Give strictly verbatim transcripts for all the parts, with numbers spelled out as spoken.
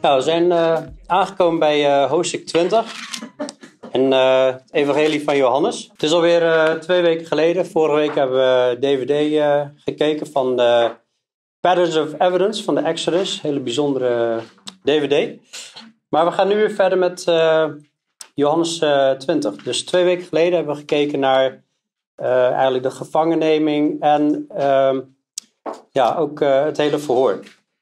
Nou, we zijn uh, aangekomen bij uh, hoofdstuk twintig en uh, het evangelie van Johannes. Het is alweer uh, twee weken geleden. Vorige week hebben we D V D uh, gekeken van de Patterns of Evidence van de Exodus. Hele bijzondere D V D. Maar we gaan nu weer verder met uh, Johannes uh, twintig. Dus twee weken geleden hebben we gekeken naar uh, eigenlijk de gevangenneming en uh, ja, ook uh, het hele verhoor.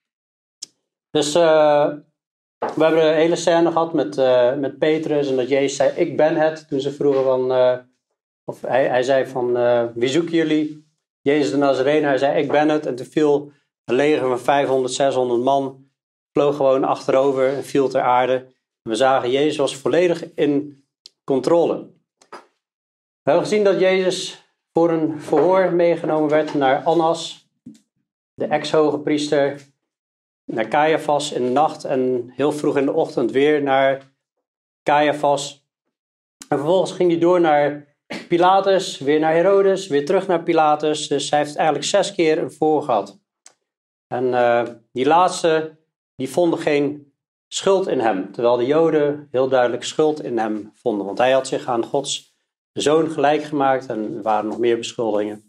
Dus uh, we hebben een hele scène gehad met, uh, met Petrus en dat Jezus zei, ik ben het. Toen ze vroegen van, uh, of hij, hij zei van, uh, wie zoeken jullie? Jezus de Nazarener, hij zei, ik ben het. En toen viel een leger van vijfhonderd, zeshonderd man, vloog gewoon achterover en viel ter aarde. En we zagen, Jezus was volledig in controle. We hebben gezien dat Jezus voor een verhoor meegenomen werd naar Annas, de ex-hoge priester, naar Caiaphas in de nacht en heel vroeg in de ochtend weer naar Caiaphas. En vervolgens ging hij door naar Pilatus, weer naar Herodes, weer terug naar Pilatus. Dus hij heeft eigenlijk zes keer een verhoor gehad. En uh, die laatste, die vonden geen schuld in hem. Terwijl de Joden heel duidelijk schuld in hem vonden. Want hij had zich aan Gods zoon gelijk gemaakt en er waren nog meer beschuldigingen.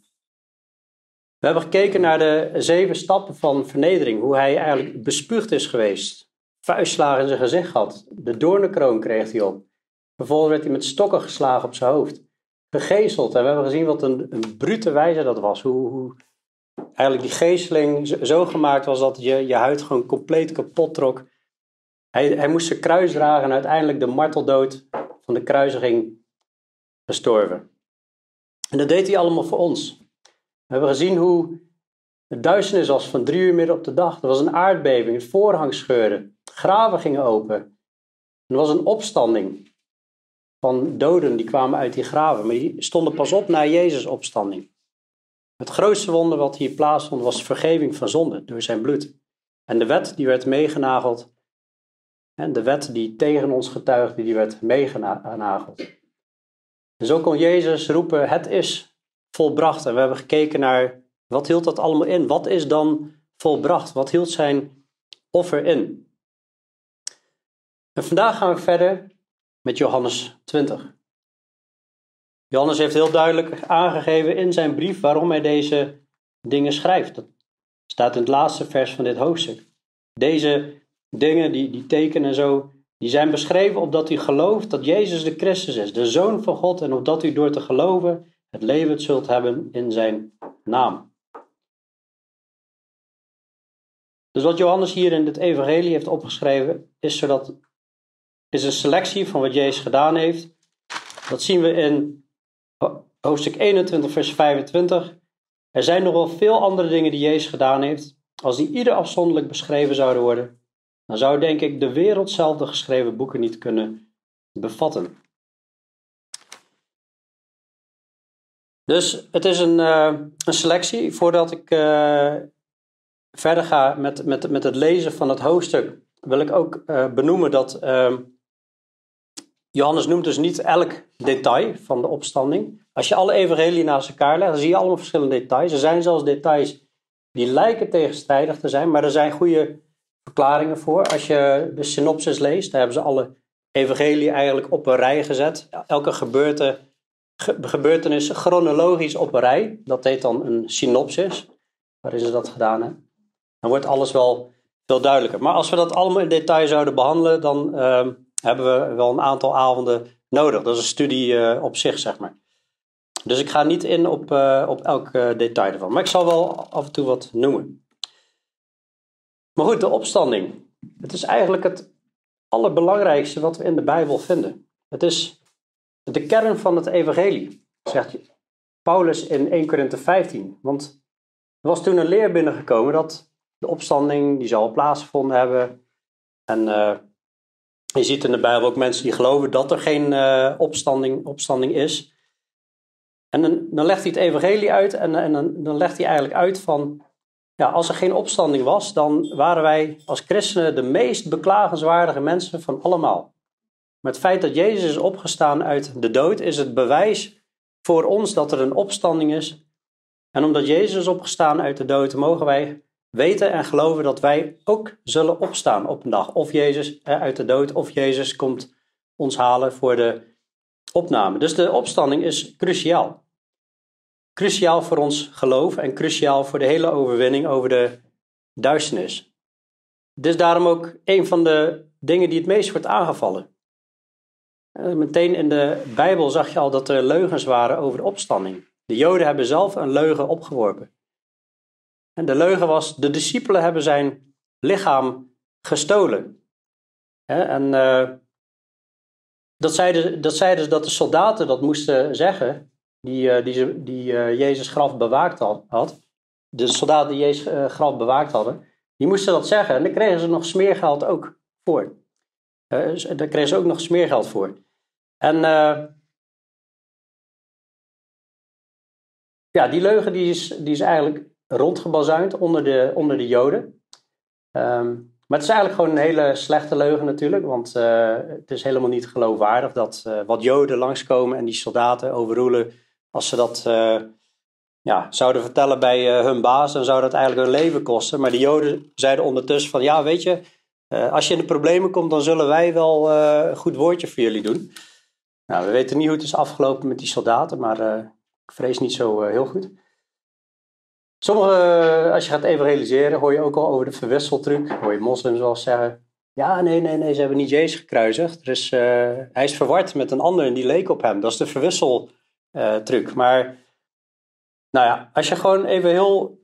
We hebben gekeken naar de zeven stappen van vernedering. Hoe hij eigenlijk bespuugd is geweest. Vuistslagen in zijn gezicht had. De doornenkroon kreeg hij op. Vervolgens werd hij met stokken geslagen op zijn hoofd. Gegezeld. En we hebben gezien wat een, een brute wijze dat was. Hoe, hoe eigenlijk die gezeling zo, zo gemaakt was dat je, je huid gewoon compleet kapot trok. Hij, hij moest zijn kruis dragen en uiteindelijk de marteldood van de kruisiging gestorven. En dat deed hij allemaal voor ons. We hebben gezien hoe het duisternis was van drie uur midden op de dag. Er was een aardbeving, het voorhang scheurde, graven gingen open. Er was een opstanding van doden die kwamen uit die graven, maar die stonden pas op na Jezus' opstanding. Het grootste wonder wat hier plaatsvond was vergeving van zonde door zijn bloed. En de wet die werd meegenageld. En de wet die tegen ons getuigde, die werd meegenageld. En zo kon Jezus roepen, het is volbracht. En we hebben gekeken naar, wat hield dat allemaal in? Wat is dan volbracht? Wat hield zijn offer in? En vandaag gaan we verder met Johannes twintig. Johannes heeft heel duidelijk aangegeven in zijn brief waarom hij deze dingen schrijft. Dat staat in het laatste vers van dit hoofdstuk. Deze dingen, die, die tekenen en zo, die zijn beschreven opdat u gelooft dat Jezus de Christus is, de Zoon van God, en opdat u door te geloven het leven zult hebben in zijn naam. Dus wat Johannes hier in het evangelie heeft opgeschreven, is, zodat, is een selectie van wat Jezus gedaan heeft. Dat zien we in hoofdstuk eenentwintig, vers vijfentwintig. Er zijn nog wel veel andere dingen die Jezus gedaan heeft. Als die ieder afzonderlijk beschreven zouden worden, dan zou denk ik de wereld zelf de geschreven boeken niet kunnen bevatten. Dus het is een, uh, een selectie. Voordat ik uh, verder ga met, met, met het lezen van het hoofdstuk, wil ik ook uh, benoemen dat uh, Johannes noemt dus niet elk detail van de opstanding. Als je alle evangeliën naast elkaar legt, dan zie je allemaal verschillende details. Er zijn zelfs details die lijken tegenstrijdig te zijn, maar er zijn goede verklaringen voor. Als je de synopsis leest, daar hebben ze alle evangeliën eigenlijk op een rij gezet. Elke gebeurte, ge, gebeurtenis chronologisch op een rij. Dat heet dan een synopsis, waarin ze dat gedaan hebben. Dan wordt alles wel veel duidelijker. Maar als we dat allemaal in detail zouden behandelen, dan uh, hebben we wel een aantal avonden nodig. Dat is een studie uh, op zich, zeg maar. Dus ik ga niet in op, uh, op elk uh, detail ervan. Maar ik zal wel af en toe wat noemen. Maar goed, de opstanding. Het is eigenlijk het allerbelangrijkste wat we in de Bijbel vinden. Het is de kern van het evangelie, zegt Paulus in eerste Korinthe vijftien. Want er was toen een leer binnengekomen dat de opstanding, die zal plaatsgevonden hebben. En uh, je ziet in de Bijbel ook mensen die geloven dat er geen uh, opstanding, opstanding is. En dan, dan legt hij het evangelie uit en, en dan, dan legt hij eigenlijk uit van, ja, als er geen opstanding was, dan waren wij als christenen de meest beklagenswaardige mensen van allemaal. Maar het feit dat Jezus is opgestaan uit de dood is het bewijs voor ons dat er een opstanding is. En omdat Jezus is opgestaan uit de dood, mogen wij weten en geloven dat wij ook zullen opstaan op een dag. Of Jezus hè, uit de dood, of Jezus komt ons halen voor de opname. Dus de opstanding is cruciaal. Cruciaal voor ons geloof en cruciaal voor de hele overwinning over de duisternis. Het is daarom ook een van de dingen die het meest wordt aangevallen. Meteen in de Bijbel zag je al dat er leugens waren over de opstanding. De Joden hebben zelf een leugen opgeworpen. En de leugen was, de discipelen hebben zijn lichaam gestolen. En uh, dat zeiden, dat zeiden ze dat de soldaten dat moesten zeggen, die, uh, die, die uh, Jezus graf bewaakt had. De soldaten die Jezus uh, graf bewaakt hadden, die moesten dat zeggen. En daar kregen ze nog smeergeld ook voor. Uh, daar kregen ze ook nog smeergeld voor. En uh, ja, die leugen die is, die is eigenlijk rondgebazuind onder de, onder de Joden. Um, maar het is eigenlijk gewoon een hele slechte leugen natuurlijk. Want uh, het is helemaal niet geloofwaardig dat uh, wat Joden langskomen en die soldaten overroelen. Als ze dat uh, ja, zouden vertellen bij uh, hun baas, dan zou dat eigenlijk hun leven kosten. Maar de Joden zeiden ondertussen van ja, weet je, uh, als je in de problemen komt, dan zullen wij wel uh, een goed woordje voor jullie doen. Nou, we weten niet hoe het is afgelopen met die soldaten, maar uh, ik vrees niet zo uh, heel goed. Sommige, als je gaat evangeliseren, hoor je ook al over de verwisseltruc. Hoor je moslims wel zeggen, ja, nee, nee, nee, ze hebben niet Jezus gekruisigd. Er is, uh, hij is verward met een ander en die leek op hem. Dat is de verwisseltruc. Maar, nou ja, als je gewoon even heel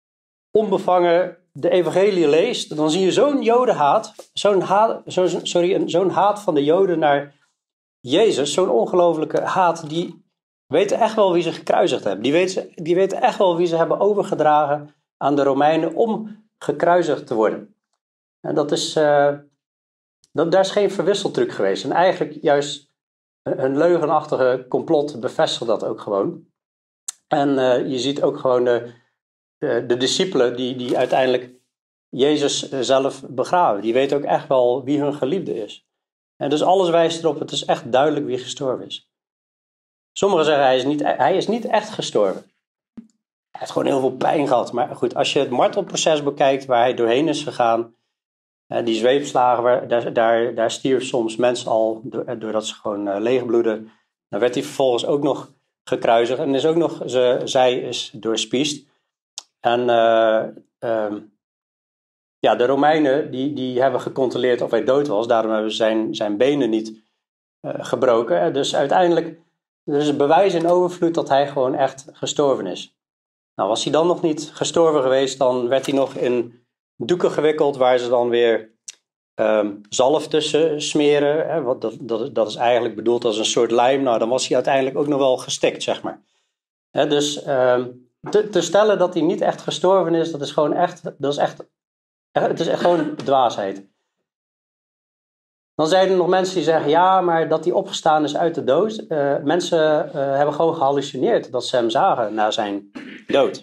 onbevangen de evangelie leest, dan zie je zo'n jodenhaat, zo'n haat, zo, sorry, zo'n haat van de Joden naar Jezus, zo'n ongelofelijke haat, die weten echt wel wie ze gekruisigd hebben. Die weten, die weten echt wel wie ze hebben overgedragen aan de Romeinen om gekruisigd te worden. En dat is, uh, dat, daar is geen verwisseltruc geweest. En eigenlijk juist een leugenachtige complot bevestigt dat ook gewoon. En uh, je ziet ook gewoon de, de, de discipelen die, die uiteindelijk Jezus zelf begraven. Die weten ook echt wel wie hun geliefde is. En dus alles wijst erop, het is echt duidelijk wie gestorven is. Sommigen zeggen hij is, niet, hij is niet echt gestorven. Hij heeft gewoon heel veel pijn gehad. Maar goed, als je het martelproces bekijkt waar hij doorheen is gegaan. Die zweepslagen, waar, daar, daar, daar stierf soms mensen al doordat ze gewoon uh, leegbloeden. Dan werd hij vervolgens ook nog gekruisigd. En is ook nog, ze, zij is doorspiest. En uh, um, ja, de Romeinen die, die hebben gecontroleerd of hij dood was. Daarom hebben ze zijn, zijn benen niet uh, gebroken. Dus uiteindelijk... Er is bewijs in overvloed dat hij gewoon echt gestorven is. Nou, was hij dan nog niet gestorven geweest, dan werd hij nog in doeken gewikkeld waar ze dan weer um, zalf tussen smeren. Hè, wat, dat, dat, dat is eigenlijk bedoeld als een soort lijm. Nou, dan was hij uiteindelijk ook nog wel gestikt, zeg maar. Hè, dus um, te, te stellen dat hij niet echt gestorven is, dat is gewoon echt, dat is echt, het is echt gewoon dwaasheid. Dan zijn er nog mensen die zeggen, ja, maar dat hij opgestaan is uit de dood. Uh, mensen uh, hebben gewoon gehallucineerd dat ze hem zagen na zijn dood.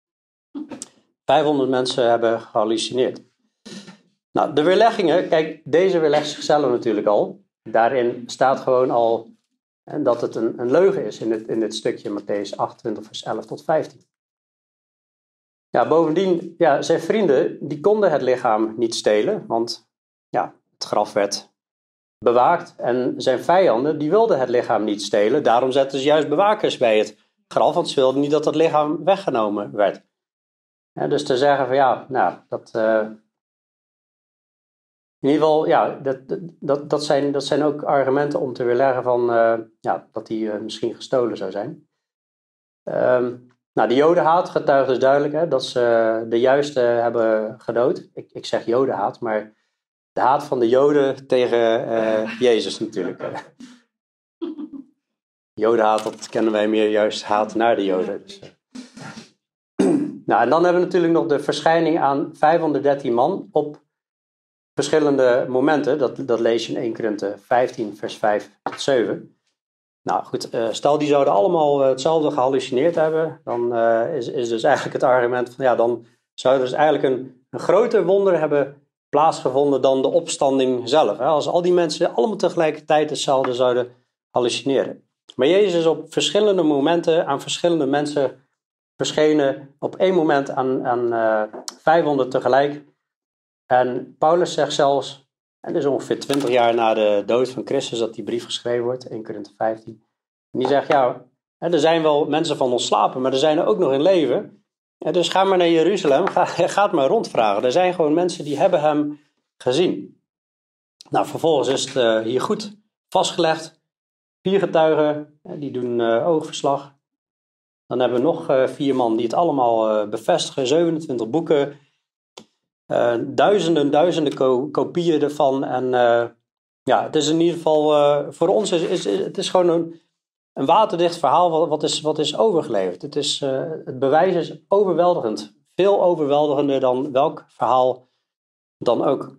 vijfhonderd mensen hebben gehallucineerd. Nou, de weerleggingen, kijk, deze weerlegt zichzelf natuurlijk al. Daarin staat gewoon al en dat het een, een leugen is in dit, in dit stukje Mattheüs achtentwintig, vers elf tot vijftien. Ja, bovendien, ja, zijn vrienden, die konden het lichaam niet stelen, want ja, het graf werd bewaakt. En zijn vijanden, die wilden het lichaam niet stelen. Daarom zetten ze juist bewakers bij het graf, want ze wilden niet dat het lichaam weggenomen werd. Ja, dus te zeggen van ja, nou, dat... Uh, in ieder geval, ja, dat, dat, dat, zijn, dat zijn ook argumenten om te weerleggen van, uh, ja, dat die uh, misschien gestolen zou zijn. Um, nou, de jodenhaat getuigt dus duidelijk hè, dat ze de juiste hebben gedood. Ik, ik zeg jodenhaat, maar de haat van de Joden tegen uh, Jezus natuurlijk. Jodenhaat, dat kennen wij meer juist haat naar de Joden. Dus, uh. Nou, en dan hebben we natuurlijk nog de verschijning aan vijfhonderddertien man op verschillende momenten. Dat, dat lees je in eerste Korinthe vijftien, vers vijf tot zeven. Nou goed, uh, stel die zouden allemaal uh, hetzelfde gehallucineerd hebben, dan uh, is, is dus eigenlijk het argument van ja, dan zou er dus eigenlijk een, een groter wonder hebben plaatsgevonden dan de opstanding zelf. Hè? Als al die mensen allemaal tegelijkertijd hetzelfde zouden hallucineren. Maar Jezus is op verschillende momenten aan verschillende mensen verschenen op één moment aan, aan uh, vijfhonderd tegelijk. En Paulus zegt zelfs, en dit is ongeveer twintig jaar na de dood van Christus dat die brief geschreven wordt, Eerste Korinthe vijftien. En die zegt, ja, er zijn wel mensen van ons slapen, maar er zijn er ook nog in leven. En dus ga maar naar Jeruzalem, ga, ga het maar rondvragen. Er zijn gewoon mensen die hebben hem gezien. Nou, vervolgens is het uh, hier goed vastgelegd. Vier getuigen, die doen uh, oogverslag. Dan hebben we nog uh, vier man die het allemaal uh, bevestigen. zevenentwintig boeken. Uh, duizenden, duizenden ko- kopieën ervan. En uh, ja, het is in ieder geval, uh, voor ons is, is, is het is gewoon een, een waterdicht verhaal wat, wat, is, wat is overgeleverd. Het, is, uh, het bewijs is overweldigend. Veel overweldigender dan welk verhaal dan ook.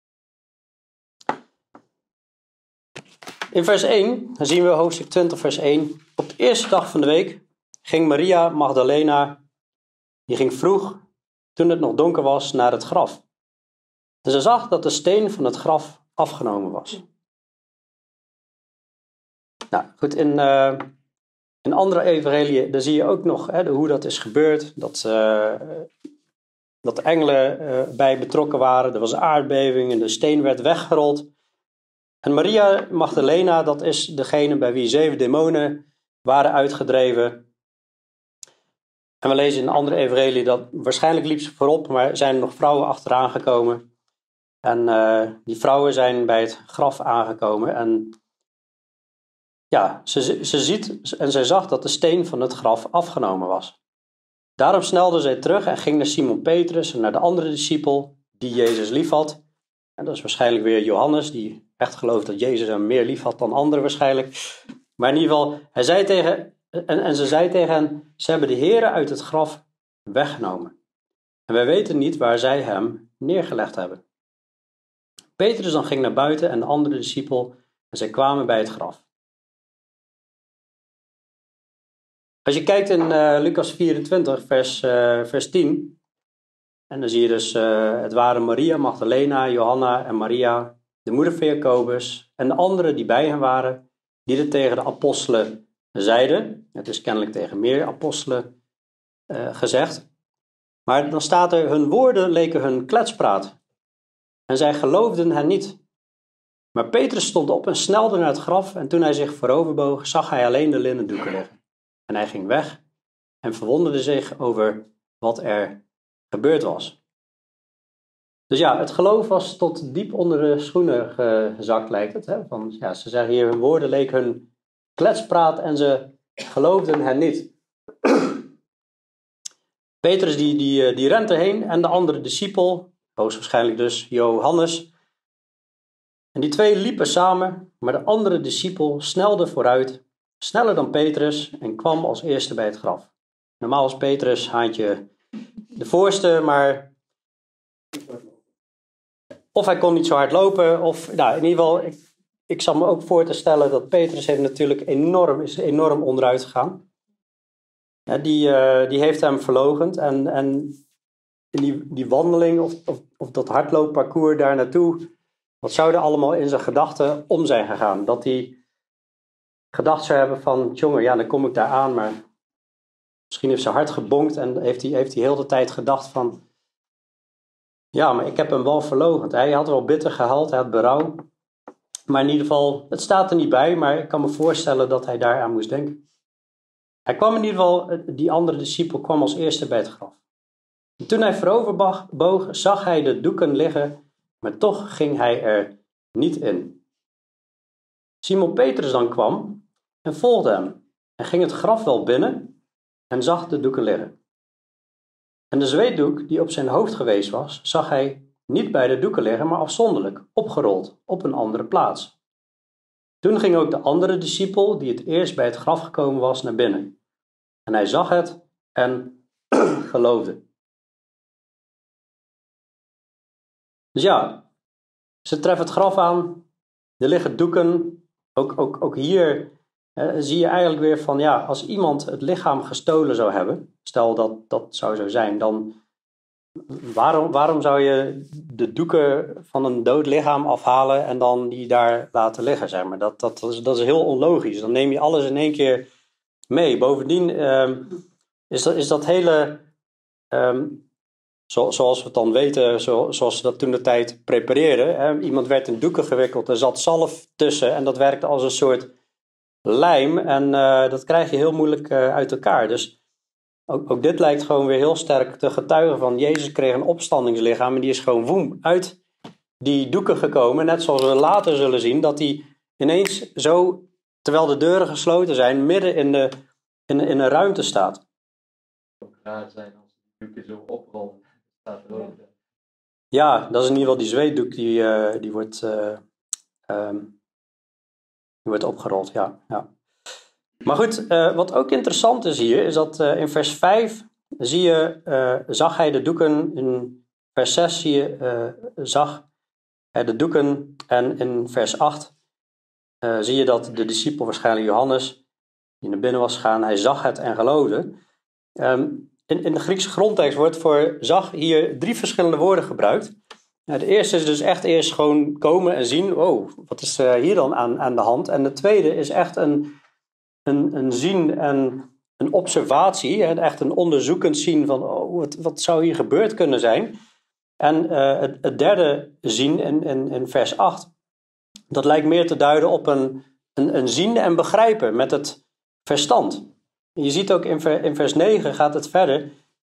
In vers één, dan zien we hoofdstuk twintig vers één. Op de eerste dag van de week ging Maria Magdalena, die ging vroeg, toen het nog donker was, naar het graf. En ze zag dat de steen van het graf afgenomen was. Nou goed, in, uh, in andere evangeliën, daar zie je ook nog hè, hoe dat is gebeurd. Dat, uh, dat engelen uh, bij betrokken waren. Er was een aardbeving en de steen werd weggerold. En Maria Magdalena, dat is degene bij wie zeven demonen waren uitgedreven. En we lezen in een andere evangelie dat waarschijnlijk liep ze voorop, maar zijn er nog vrouwen achteraan gekomen. En uh, die vrouwen zijn bij het graf aangekomen. En ja, ze, ze ziet en zij zag dat de steen van het graf afgenomen was. Daarom snelde zij terug en ging naar Simon Petrus en naar de andere discipel die Jezus liefhad. En dat is waarschijnlijk weer Johannes, die echt gelooft dat Jezus hem meer lief had dan anderen waarschijnlijk. Maar in ieder geval, hij zei tegen, en, en ze zei tegen hen, ze hebben de Heere uit het graf weggenomen. En wij weten niet waar zij hem neergelegd hebben. Petrus dan ging naar buiten en de andere discipel, en zij kwamen bij het graf. Als je kijkt in uh, Lucas vierentwintig, vers, uh, vers tien, en dan zie je dus, uh, het waren Maria Magdalena, Johanna en Maria, de moeder van Jacobus, en de anderen die bij hen waren, die het tegen de apostelen zeiden. Het is kennelijk tegen meer apostelen uh, gezegd. Maar dan staat er, hun woorden leken hun kletspraat. En zij geloofden hen niet. Maar Petrus stond op en snelde naar het graf, en toen hij zich vooroverboog, zag hij alleen de linnen doeken liggen. En hij ging weg en verwonderde zich over wat er gebeurd was. Dus ja, het geloof was tot diep onder de schoenen gezakt, lijkt het. Hè? Van, ja, ze zeggen hier, hun woorden leken hun kletspraat en ze geloofden hen niet. Petrus die, die, die rent erheen en de andere discipel, hoogstwaarschijnlijk dus Johannes. En die twee liepen samen, maar de andere discipel snelde vooruit, sneller dan Petrus en kwam als eerste bij het graf. Normaal was Petrus haantje de voorste, maar of hij kon niet zo hard lopen, of nou, in ieder geval, ik, ik zal me ook voor te stellen dat Petrus heeft natuurlijk enorm, is enorm onderuit gegaan. Ja, die, uh, die heeft hem verloochend en, en in die, die wandeling of, of, of dat hardloopparcours daar naartoe, wat zou er allemaal in zijn gedachten om zijn gegaan? Dat hij gedacht zou hebben van, jongen, ja, dan kom ik daar aan, maar misschien heeft zijn hart gebonkt en heeft hij, heeft hij heel de tijd gedacht van, ja, maar ik heb hem wel verloochend. Hij had wel bitter gehuild, hij had berouw. Maar in ieder geval, het staat er niet bij, maar ik kan me voorstellen dat hij daaraan moest denken. Hij kwam in ieder geval, die andere discipel kwam als eerste bij het graf. En toen hij vooroverboog, zag hij de doeken liggen, maar toch ging hij er niet in. Simon Petrus dan kwam en volgde hem en ging het graf wel binnen en zag de doeken liggen. En de zweetdoek die op zijn hoofd geweest was, zag hij niet bij de doeken liggen, maar afzonderlijk, opgerold, op een andere plaats. Toen ging ook de andere discipel, die het eerst bij het graf gekomen was, naar binnen. En hij zag het en geloofde. Dus ja, ze treffen het graf aan, er liggen doeken. Ook, ook, ook hier eh, zie je eigenlijk weer van, ja, als iemand het lichaam gestolen zou hebben, stel dat dat zou zo zijn, dan waarom, waarom zou je de doeken van een dood lichaam afhalen en dan die daar laten liggen, zeg maar. Dat, dat, dat, is, dat is heel onlogisch. Dan neem je alles in één keer mee. Bovendien, eh, is dat, is dat hele, um, zo, zoals we het dan weten, zo, zoals ze dat toen de tijd prepareerden. Hè? Iemand werd in doeken gewikkeld, er zat zalf tussen en dat werkte als een soort lijm. En uh, dat krijg je heel moeilijk uh, uit elkaar. Dus ook, ook dit lijkt gewoon weer heel sterk te getuigen van Jezus kreeg een opstandingslichaam en die is gewoon woem uit die doeken gekomen. Net zoals we later zullen zien, dat hij ineens zo, terwijl de deuren gesloten zijn, midden in, de, in, in een ruimte staat. Het zou raar zijn als de doeken zo oprollen. Staat er ook. Ja, dat is in ieder geval die zweetdoek die, uh, die, wordt, uh, um, die wordt opgerold. Ja, ja. Maar goed, uh, wat ook interessant is hier, is dat uh, in vers vijf zie je, uh, zag hij de doeken, in vers zes zie je, uh, zag hij de doeken en in vers acht uh, zie je dat de discipel, waarschijnlijk Johannes, die naar binnen was gegaan, hij zag het en geloofde. Um, in, in de Griekse grondtekst wordt voor zag hier drie verschillende woorden gebruikt. Nou, de eerste is dus echt eerst gewoon komen en zien, oh, wat is uh, hier dan aan, aan de hand? En de tweede is echt een, een, een zien en een observatie, hè, echt een onderzoekend zien van, oh, wat, wat zou hier gebeurd kunnen zijn? En uh, het, het derde zien in, in, in vers acht, dat lijkt meer te duiden op een, een, een zien en begrijpen met het verstand. Je ziet ook in, ver, in vers negen gaat het verder.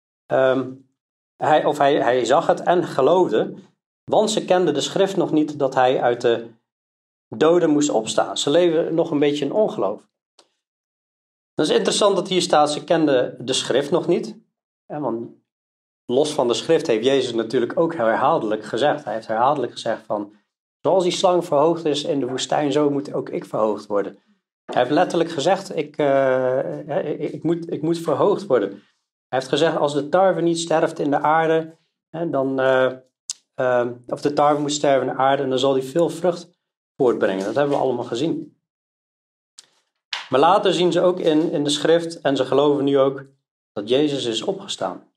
Um, hij, of hij, hij zag het en geloofde, want ze kenden de schrift nog niet dat hij uit de doden moest opstaan. Ze leven nog een beetje in ongeloof. Dat is interessant dat hier staat, ze kenden de schrift nog niet. Ja, want los van de schrift heeft Jezus natuurlijk ook herhaaldelijk gezegd. Hij heeft herhaaldelijk gezegd van, zoals die slang verhoogd is in de woestijn, zo moet ook ik verhoogd worden. Hij heeft letterlijk gezegd, ik, uh, ik, ik, moet, ik moet verhoogd worden. Hij heeft gezegd, als de tarwe niet sterft in de aarde, hè, dan, uh, uh, of de tarwe moet sterven in de aarde, dan zal hij veel vrucht voortbrengen. Dat hebben we allemaal gezien. Maar later zien ze ook in, in de schrift, en ze geloven nu ook, dat Jezus is opgestaan.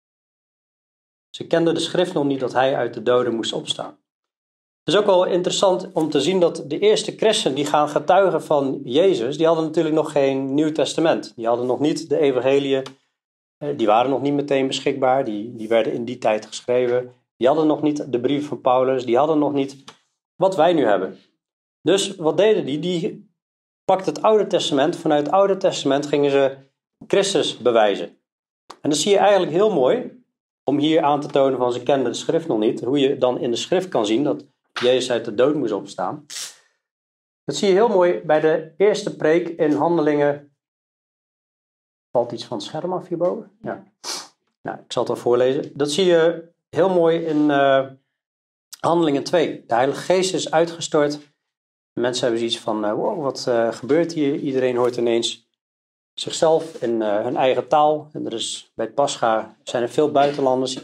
Ze kenden de schrift nog niet dat hij uit de doden moest opstaan. Het is ook wel interessant om te zien dat de eerste christenen die gaan getuigen van Jezus, die hadden natuurlijk nog geen Nieuw Testament. Die hadden nog niet de evangeliën, die waren nog niet meteen beschikbaar, die, die werden in die tijd geschreven. Die hadden nog niet de brief van Paulus, die hadden nog niet wat wij nu hebben. Dus wat deden die? Die pakten het Oude Testament, vanuit het Oude Testament gingen ze Christus bewijzen. En dat zie je eigenlijk heel mooi, om hier aan te tonen van ze kenden de schrift nog niet, hoe je dan in de schrift kan zien dat Jezus uit de dood moest opstaan. Dat zie je heel mooi bij de eerste preek in Handelingen. Valt iets van het scherm af hierboven? Ja. Nou, ik zal het wel voorlezen. Dat zie je heel mooi in uh, Handelingen twee. De Heilige Geest is uitgestort. Mensen hebben zoiets van, uh, wow, wat uh, gebeurt hier? Iedereen hoort ineens zichzelf in uh, hun eigen taal. En er is, bij het Pascha zijn er veel buitenlanders.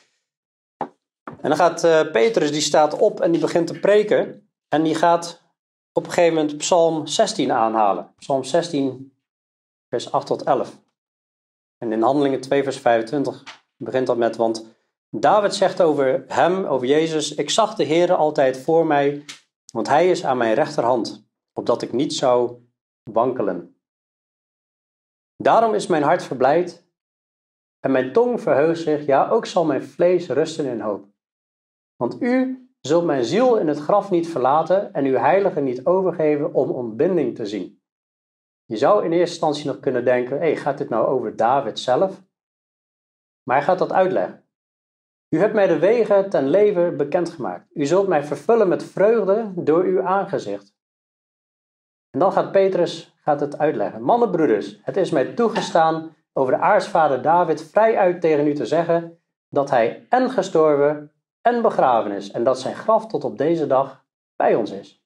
En dan gaat uh, Petrus, die staat op en die begint te preken. En die gaat op een gegeven moment Psalm zestien aanhalen. Psalm zestien, vers acht tot elf. En in Handelingen twee, vers vijfentwintig begint dat met, want David zegt over hem, over Jezus, ik zag de Heere altijd voor mij, want hij is aan mijn rechterhand, opdat ik niet zou wankelen. Daarom is mijn hart verblijd en mijn tong verheugt zich, ja, ook zal mijn vlees rusten in hoop. Want u zult mijn ziel in het graf niet verlaten en uw heilige niet overgeven om ontbinding te zien. Je zou in eerste instantie nog kunnen denken, hé, hey, gaat dit nou over David zelf? Maar hij gaat dat uitleggen. U hebt mij de wegen ten leven bekendgemaakt. U zult mij vervullen met vreugde door uw aangezicht. En dan gaat Petrus gaat het uitleggen. Mannenbroeders, het is mij toegestaan over de aartsvader David vrij uit tegen u te zeggen dat hij en gestorven en begraven is en dat zijn graf tot op deze dag bij ons is.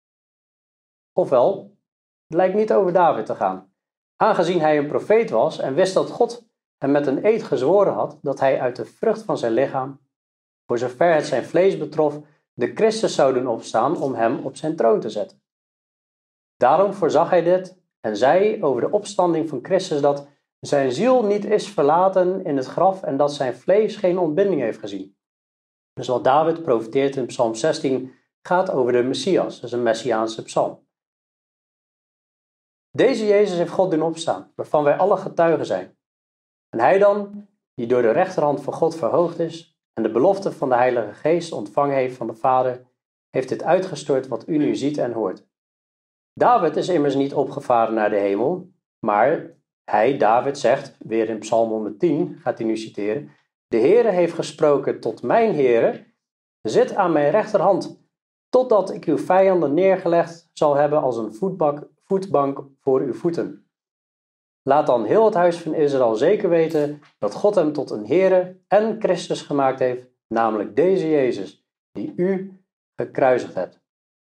Ofwel, het lijkt niet over David te gaan. Aangezien hij een profeet was en wist dat God hem met een eed gezworen had dat hij uit de vrucht van zijn lichaam, voor zover het zijn vlees betrof, de Christus zou doen opstaan om hem op zijn troon te zetten. Daarom voorzag hij dit en zei over de opstanding van Christus dat zijn ziel niet is verlaten in het graf en dat zijn vlees geen ontbinding heeft gezien. Dus wat David profeteert in Psalm zestien gaat over de Messias, dat is een Messiaanse psalm. Deze Jezus heeft God doen opstaan, waarvan wij alle getuigen zijn. En hij dan, die door de rechterhand van God verhoogd is en de belofte van de Heilige Geest ontvangen heeft van de Vader, heeft dit uitgestort wat u nu ziet en hoort. David is immers niet opgevaren naar de hemel, maar hij, David, zegt, weer in Psalm honderdtien, gaat hij nu citeren, de Heere heeft gesproken tot mijn Heere, zit aan mijn rechterhand, totdat ik uw vijanden neergelegd zal hebben als een voetbak, voetbank voor uw voeten. Laat dan heel het huis van Israël zeker weten dat God hem tot een Heere en Christus gemaakt heeft, namelijk deze Jezus, die u gekruisigd hebt.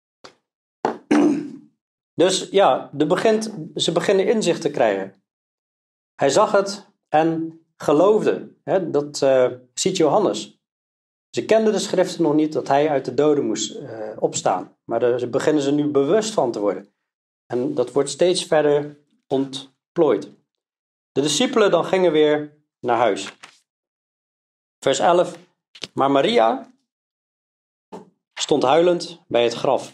Dus ja, de begint, ze beginnen inzicht te krijgen. Hij zag het en geloofde. Hè, dat uh, ziet Johannes. Ze kenden de schriften nog niet dat hij uit de doden moest uh, opstaan. Maar daar de, beginnen ze nu bewust van te worden. En dat wordt steeds verder ontplooid. De discipelen dan gingen weer naar huis. Vers elf. Maar Maria stond huilend bij het graf.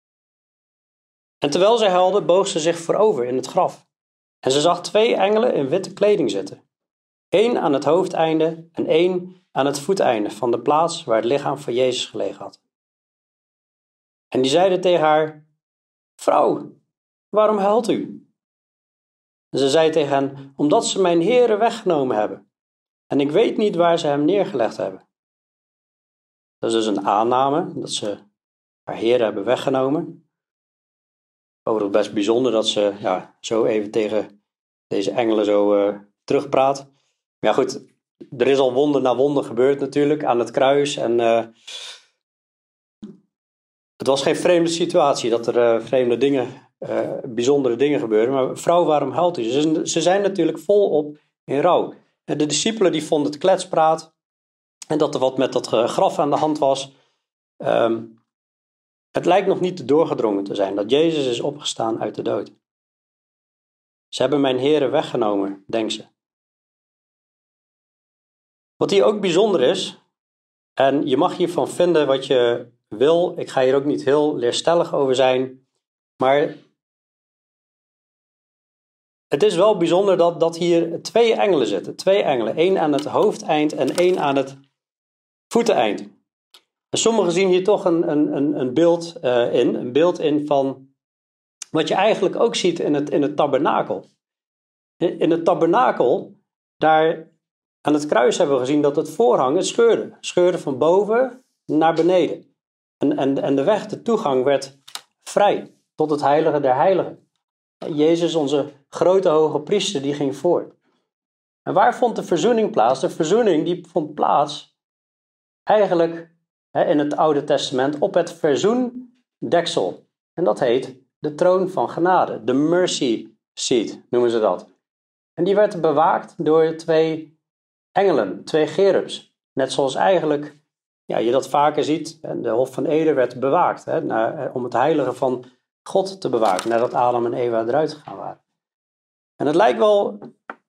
En terwijl zij huilde, boog ze zich voorover in het graf. En ze zag twee engelen in witte kleding zitten. Eén aan het hoofdeinde en één aan het voeteinde van de plaats waar het lichaam van Jezus gelegen had. En die zeiden tegen haar, vrouw, waarom huilt u? En ze zei tegen hen, omdat ze mijn Heere weggenomen hebben. En ik weet niet waar ze hem neergelegd hebben. Dat is dus een aanname, dat ze haar Heere hebben weggenomen. Overigens best bijzonder dat ze ja, zo even tegen deze engelen zo uh, terugpraat. Maar ja goed, er is al wonder na wonder gebeurd natuurlijk aan het kruis. En uh, het was geen vreemde situatie dat er uh, vreemde dingen, uh, bijzondere dingen gebeurden. Maar vrouw, waarom huilt u? Ze, ze zijn natuurlijk volop in rouw. En de discipelen die vonden het kletspraat. En dat er wat met dat graf aan de hand was. Um, Het lijkt nog niet doorgedrongen te zijn dat Jezus is opgestaan uit de dood. Ze hebben mijn Heere weggenomen, denkt ze. Wat hier ook bijzonder is, en je mag hiervan vinden wat je wil, ik ga hier ook niet heel leerstellig over zijn, maar het is wel bijzonder dat, dat hier twee engelen zitten. Twee engelen, één aan het hoofdeind en één aan het voeteneind. En sommigen zien hier toch een, een, een beeld uh, in, een beeld in van wat je eigenlijk ook ziet in het, in het tabernakel. In het tabernakel, daar aan het kruis hebben we gezien dat het voorhang het scheurde. Scheurde van boven naar beneden. En, en, en de weg, de toegang werd vrij tot het heilige der heiligen. Jezus, onze grote hoge priester, die ging voor. En waar vond de verzoening plaats? De verzoening die vond plaats eigenlijk in het Oude Testament op het verzoendeksel. En dat heet de troon van genade. De mercy seat noemen ze dat. En die werd bewaakt door twee engelen, twee cherubs. Net zoals eigenlijk ja, je dat vaker ziet. De Hof van Eden werd bewaakt. Hè, naar, om het heilige van God te bewaken. Nadat Adam en Eva eruit gegaan waren. En het lijkt wel,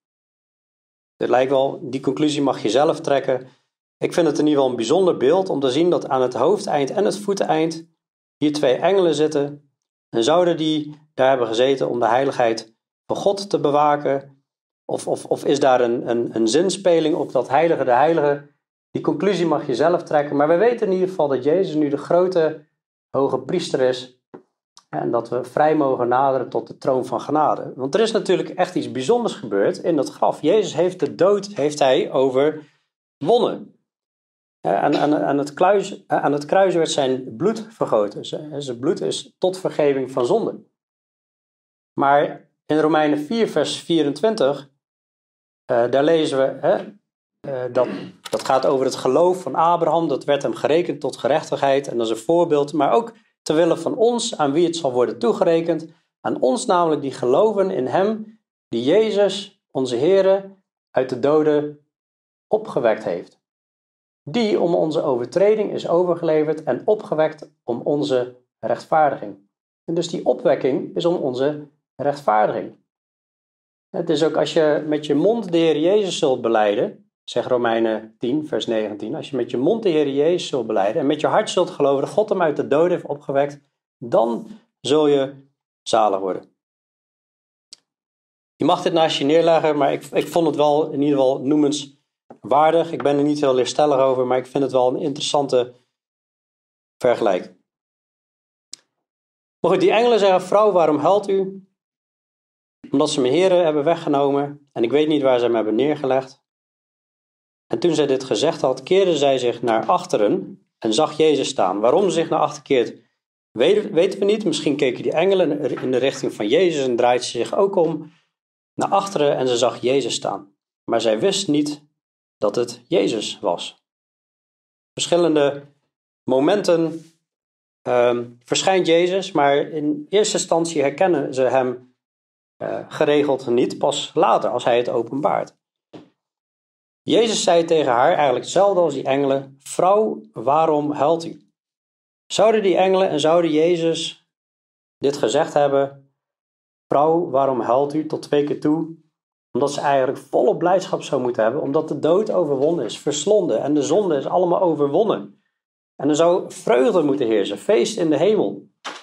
het lijkt wel, die conclusie mag je zelf trekken. Ik vind het in ieder geval een bijzonder beeld om te zien dat aan het hoofdeind en het voeteneind hier twee engelen zitten. En zouden die daar hebben gezeten om de heiligheid van God te bewaken? Of, of, of is daar een, een, een zinspeling op dat heilige de heilige? Die conclusie mag je zelf trekken. Maar we weten in ieder geval dat Jezus nu de grote hoge priester is. En dat we vrij mogen naderen tot de troon van genade. Want er is natuurlijk echt iets bijzonders gebeurd in dat graf. Jezus heeft de dood heeft hij overwonnen. Aan, aan, aan, het kluis, aan het kruis werd zijn bloed vergoten. Zijn bloed is tot vergeving van zonde. Maar in Romeinen vier vers vierentwintig, uh, daar lezen we, hè, uh, dat, dat gaat over het geloof van Abraham. Dat werd hem gerekend tot gerechtigheid. En dat is een voorbeeld, maar ook terwille van ons, aan wie het zal worden toegerekend. Aan ons namelijk die geloven in hem, die Jezus, onze Heere, uit de doden opgewekt heeft. Die om onze overtreding is overgeleverd en opgewekt om onze rechtvaardiging. En dus die opwekking is om onze rechtvaardiging. Het is ook als je met je mond de Heer Jezus zult belijden, zegt Romeinen tien vers negentien, als je met je mond de Heer Jezus zult belijden en met je hart zult geloven dat God hem uit de doden heeft opgewekt, dan zul je zalig worden. Je mag dit naast je neerleggen, maar ik, ik vond het wel in ieder geval noemenswaardig. Ik ben er niet heel leerstellig over, maar ik vind het wel een interessante vergelijking. Maar goed, die engelen zeggen, vrouw, waarom huilt u? Omdat ze mijn heren hebben weggenomen en ik weet niet waar ze hem hebben neergelegd. En toen zij dit gezegd had, keerde zij zich naar achteren en zag Jezus staan. Waarom ze zich naar achter keert, weten, weten we niet. Misschien keken die engelen in de richting van Jezus en draaide ze zich ook om naar achteren en ze zag Jezus staan. Maar zij wist niet dat het Jezus was. Verschillende momenten um, verschijnt Jezus, maar in eerste instantie herkennen ze hem uh, geregeld niet, pas later als hij het openbaart. Jezus zei tegen haar eigenlijk hetzelfde als die engelen, vrouw, waarom huilt u? Zouden die engelen en zouden Jezus dit gezegd hebben, vrouw, waarom huilt u, tot twee keer toe? Omdat ze eigenlijk volle blijdschap zou moeten hebben, omdat de dood overwonnen is, verslonden en de zonde is allemaal overwonnen. En er zou vreugde moeten heersen, feest in de hemel.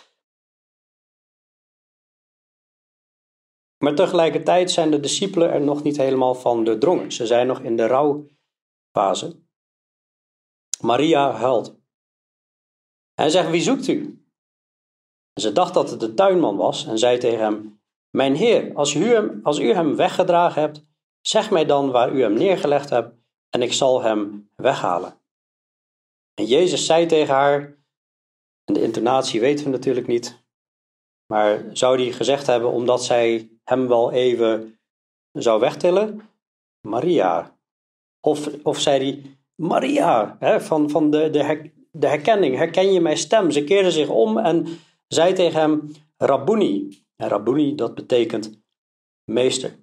Maar tegelijkertijd zijn de discipelen er nog niet helemaal van doordrongen. Ze zijn nog in de rouwfase. Maria huilt. En hij zegt, wie zoekt u? En ze dacht dat het de tuinman was en zei tegen hem, mijn heer, als u hem, als u hem weggedragen hebt, zeg mij dan waar u hem neergelegd hebt en ik zal hem weghalen. En Jezus zei tegen haar, en de intonatie weten we natuurlijk niet, maar zou hij gezegd hebben omdat zij hem wel even zou wegtillen? Maria. Of, of zei hij, Maria, hè, van, van de, de, her, de herkenning, herken je mijn stem? Ze keerde zich om en zei tegen hem, Rabboni. En Rabboni, dat betekent meester.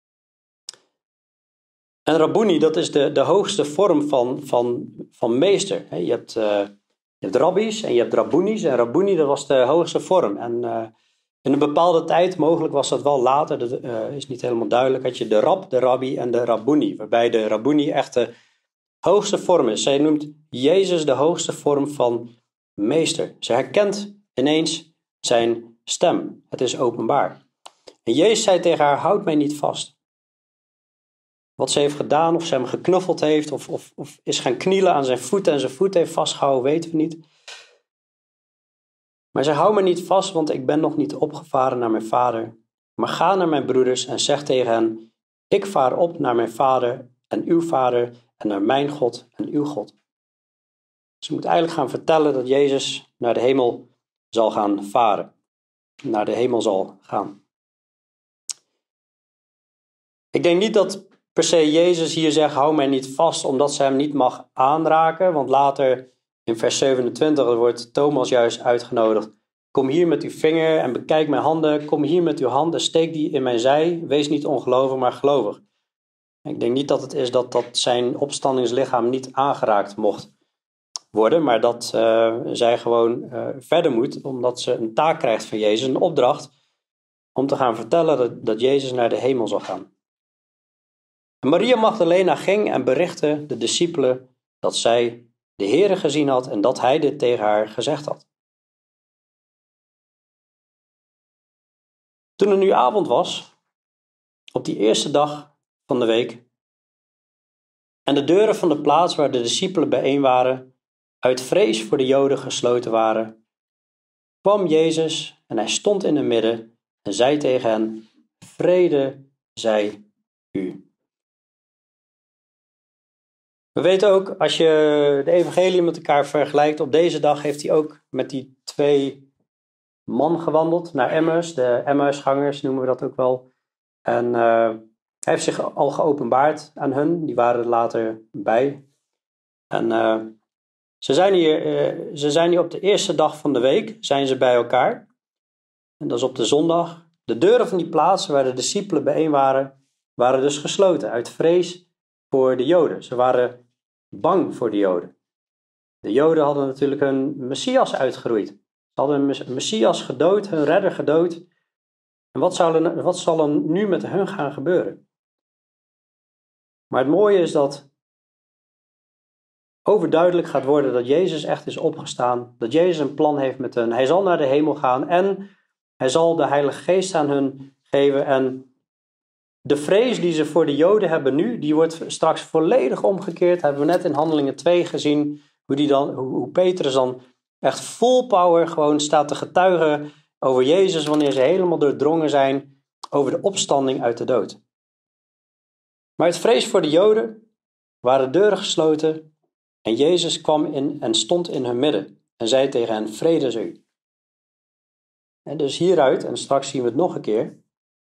En Rabboni, dat is de, de hoogste vorm van, van, van meester. Je hebt, uh, je hebt rabbies en je hebt rabboenies. En Rabboni, dat was de hoogste vorm. En uh, in een bepaalde tijd, mogelijk was dat wel later, dat uh, is niet helemaal duidelijk, had je de rab, de rabbi en de rabboni. Waarbij de rabboni echt de hoogste vorm is. Zij noemt Jezus de hoogste vorm van meester. Ze herkent ineens zijn stem. Het is openbaar. En Jezus zei tegen haar, houd mij niet vast. Wat ze heeft gedaan, of ze hem geknuffeld heeft, of, of, of is gaan knielen aan zijn voeten en zijn voet heeft vastgehouden, weten we niet. Maar ze houdt me niet vast, want ik ben nog niet opgevaren naar mijn vader. Maar ga naar mijn broeders en zeg tegen hen, ik vaar op naar mijn vader en uw vader en naar mijn God en uw God. Ze moet eigenlijk gaan vertellen dat Jezus naar de hemel zal gaan varen. Naar de hemel zal gaan. Ik denk niet dat per se Jezus hier zegt, hou mij niet vast, omdat ze hem niet mag aanraken. Want later in vers zevenentwintig wordt Thomas juist uitgenodigd. Kom hier met uw vinger en bekijk mijn handen. Kom hier met uw hand en steek die in mijn zij. Wees niet ongelovig, maar gelovig. Ik denk niet dat het is dat, dat zijn opstandingslichaam niet aangeraakt mocht worden. Maar dat uh, zij gewoon uh, verder moet, omdat ze een taak krijgt van Jezus. Een opdracht om te gaan vertellen dat, dat Jezus naar de hemel zal gaan. Maria Magdalena ging en berichtte de discipelen dat zij de Heere gezien had en dat hij dit tegen haar gezegd had. Toen het nu avond was, op die eerste dag van de week, en de deuren van de plaats waar de discipelen bijeen waren, uit vrees voor de Joden gesloten waren, kwam Jezus en hij stond in het midden en zei tegen hen, vrede zij u. We weten ook, als je de evangelie met elkaar vergelijkt, op deze dag heeft hij ook met die twee man gewandeld naar Emmaus. De Emmausgangers noemen we dat ook wel. En uh, hij heeft zich al geopenbaard aan hun, die waren er later bij. En uh, ze, zijn hier, uh, ze zijn hier op de eerste dag van de week, zijn ze bij elkaar. En dat is op de zondag. De deuren van die plaats waar de discipelen bijeen waren, waren dus gesloten uit vrees voor de Joden. Ze waren bang voor de Joden. De Joden hadden natuurlijk hun Messias uitgeroeid. Ze hadden hun Messias gedood, hun redder gedood. En wat zal, er, wat zal er nu met hun gaan gebeuren? Maar het mooie is dat overduidelijk gaat worden dat Jezus echt is opgestaan. Dat Jezus een plan heeft met hen. Hij zal naar de hemel gaan en hij zal de Heilige Geest aan hun geven. En de vrees die ze voor de Joden hebben nu, die wordt straks volledig omgekeerd. Hebben we net in Handelingen twee gezien, hoe, die dan, hoe, hoe Petrus dan echt full power gewoon staat te getuigen over Jezus, wanneer ze helemaal doordrongen zijn over de opstanding uit de dood. Maar uit vrees voor de Joden waren deuren gesloten en Jezus kwam in en stond in hun midden en zei tegen hen, vrede zij u. En dus hieruit, en straks zien we het nog een keer,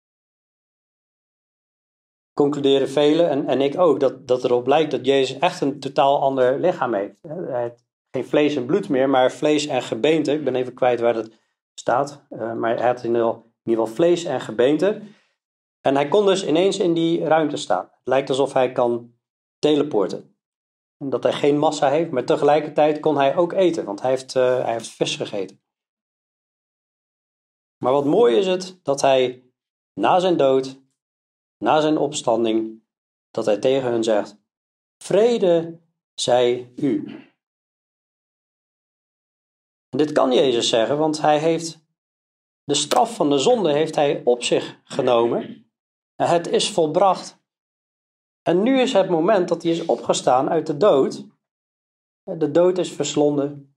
concluderen velen, en, en ik ook, dat, dat erop lijkt dat Jezus echt een totaal ander lichaam heeft. Hij heeft geen vlees en bloed meer, maar vlees en gebeente. Ik ben even kwijt waar dat staat, uh, maar hij had in ieder, geval, in ieder geval vlees en gebeente. En hij kon dus ineens in die ruimte staan. Het lijkt alsof hij kan teleporten. En dat hij geen massa heeft, maar tegelijkertijd kon hij ook eten, want hij heeft, uh, hij heeft vis gegeten. Maar wat mooi is het, dat hij na zijn dood, na zijn opstanding, dat hij tegen hun zegt, vrede zij u. En dit kan Jezus zeggen, want hij heeft de straf van de zonde heeft hij op zich genomen. En het is volbracht. En nu is het moment dat hij is opgestaan uit de dood. De dood is verslonden.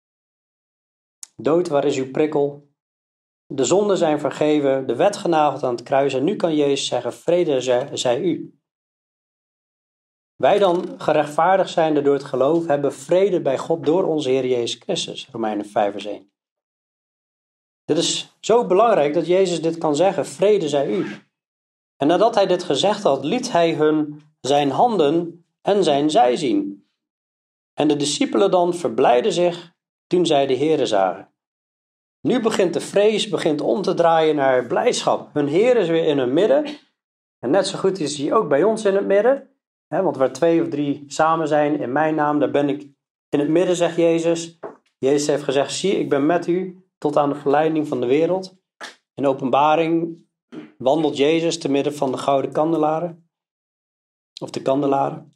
Dood, waar is uw prikkel? De zonden zijn vergeven, de wet genageld aan het kruis. En nu kan Jezus zeggen, vrede zij, zij u. Wij dan, gerechtvaardigd zijnde door het geloof, hebben vrede bij God door onze Heer Jezus Christus. Romeinen vijf vers één. Dit is zo belangrijk dat Jezus dit kan zeggen, vrede zij u. En nadat hij dit gezegd had, liet hij hun zijn handen en zijn zij zien. En de discipelen dan verblijden zich toen zij de Here zagen. Nu begint de vrees begint om te draaien naar blijdschap. Hun Heer is weer in hun midden. En net zo goed is hij ook bij ons in het midden. He, want waar twee of drie samen zijn in mijn naam, daar ben ik in het midden, zegt Jezus. Jezus heeft gezegd, zie, ik ben met u tot aan de verleiding van de wereld. In Openbaring wandelt Jezus te midden van de gouden kandelaren. Of de kandelaren.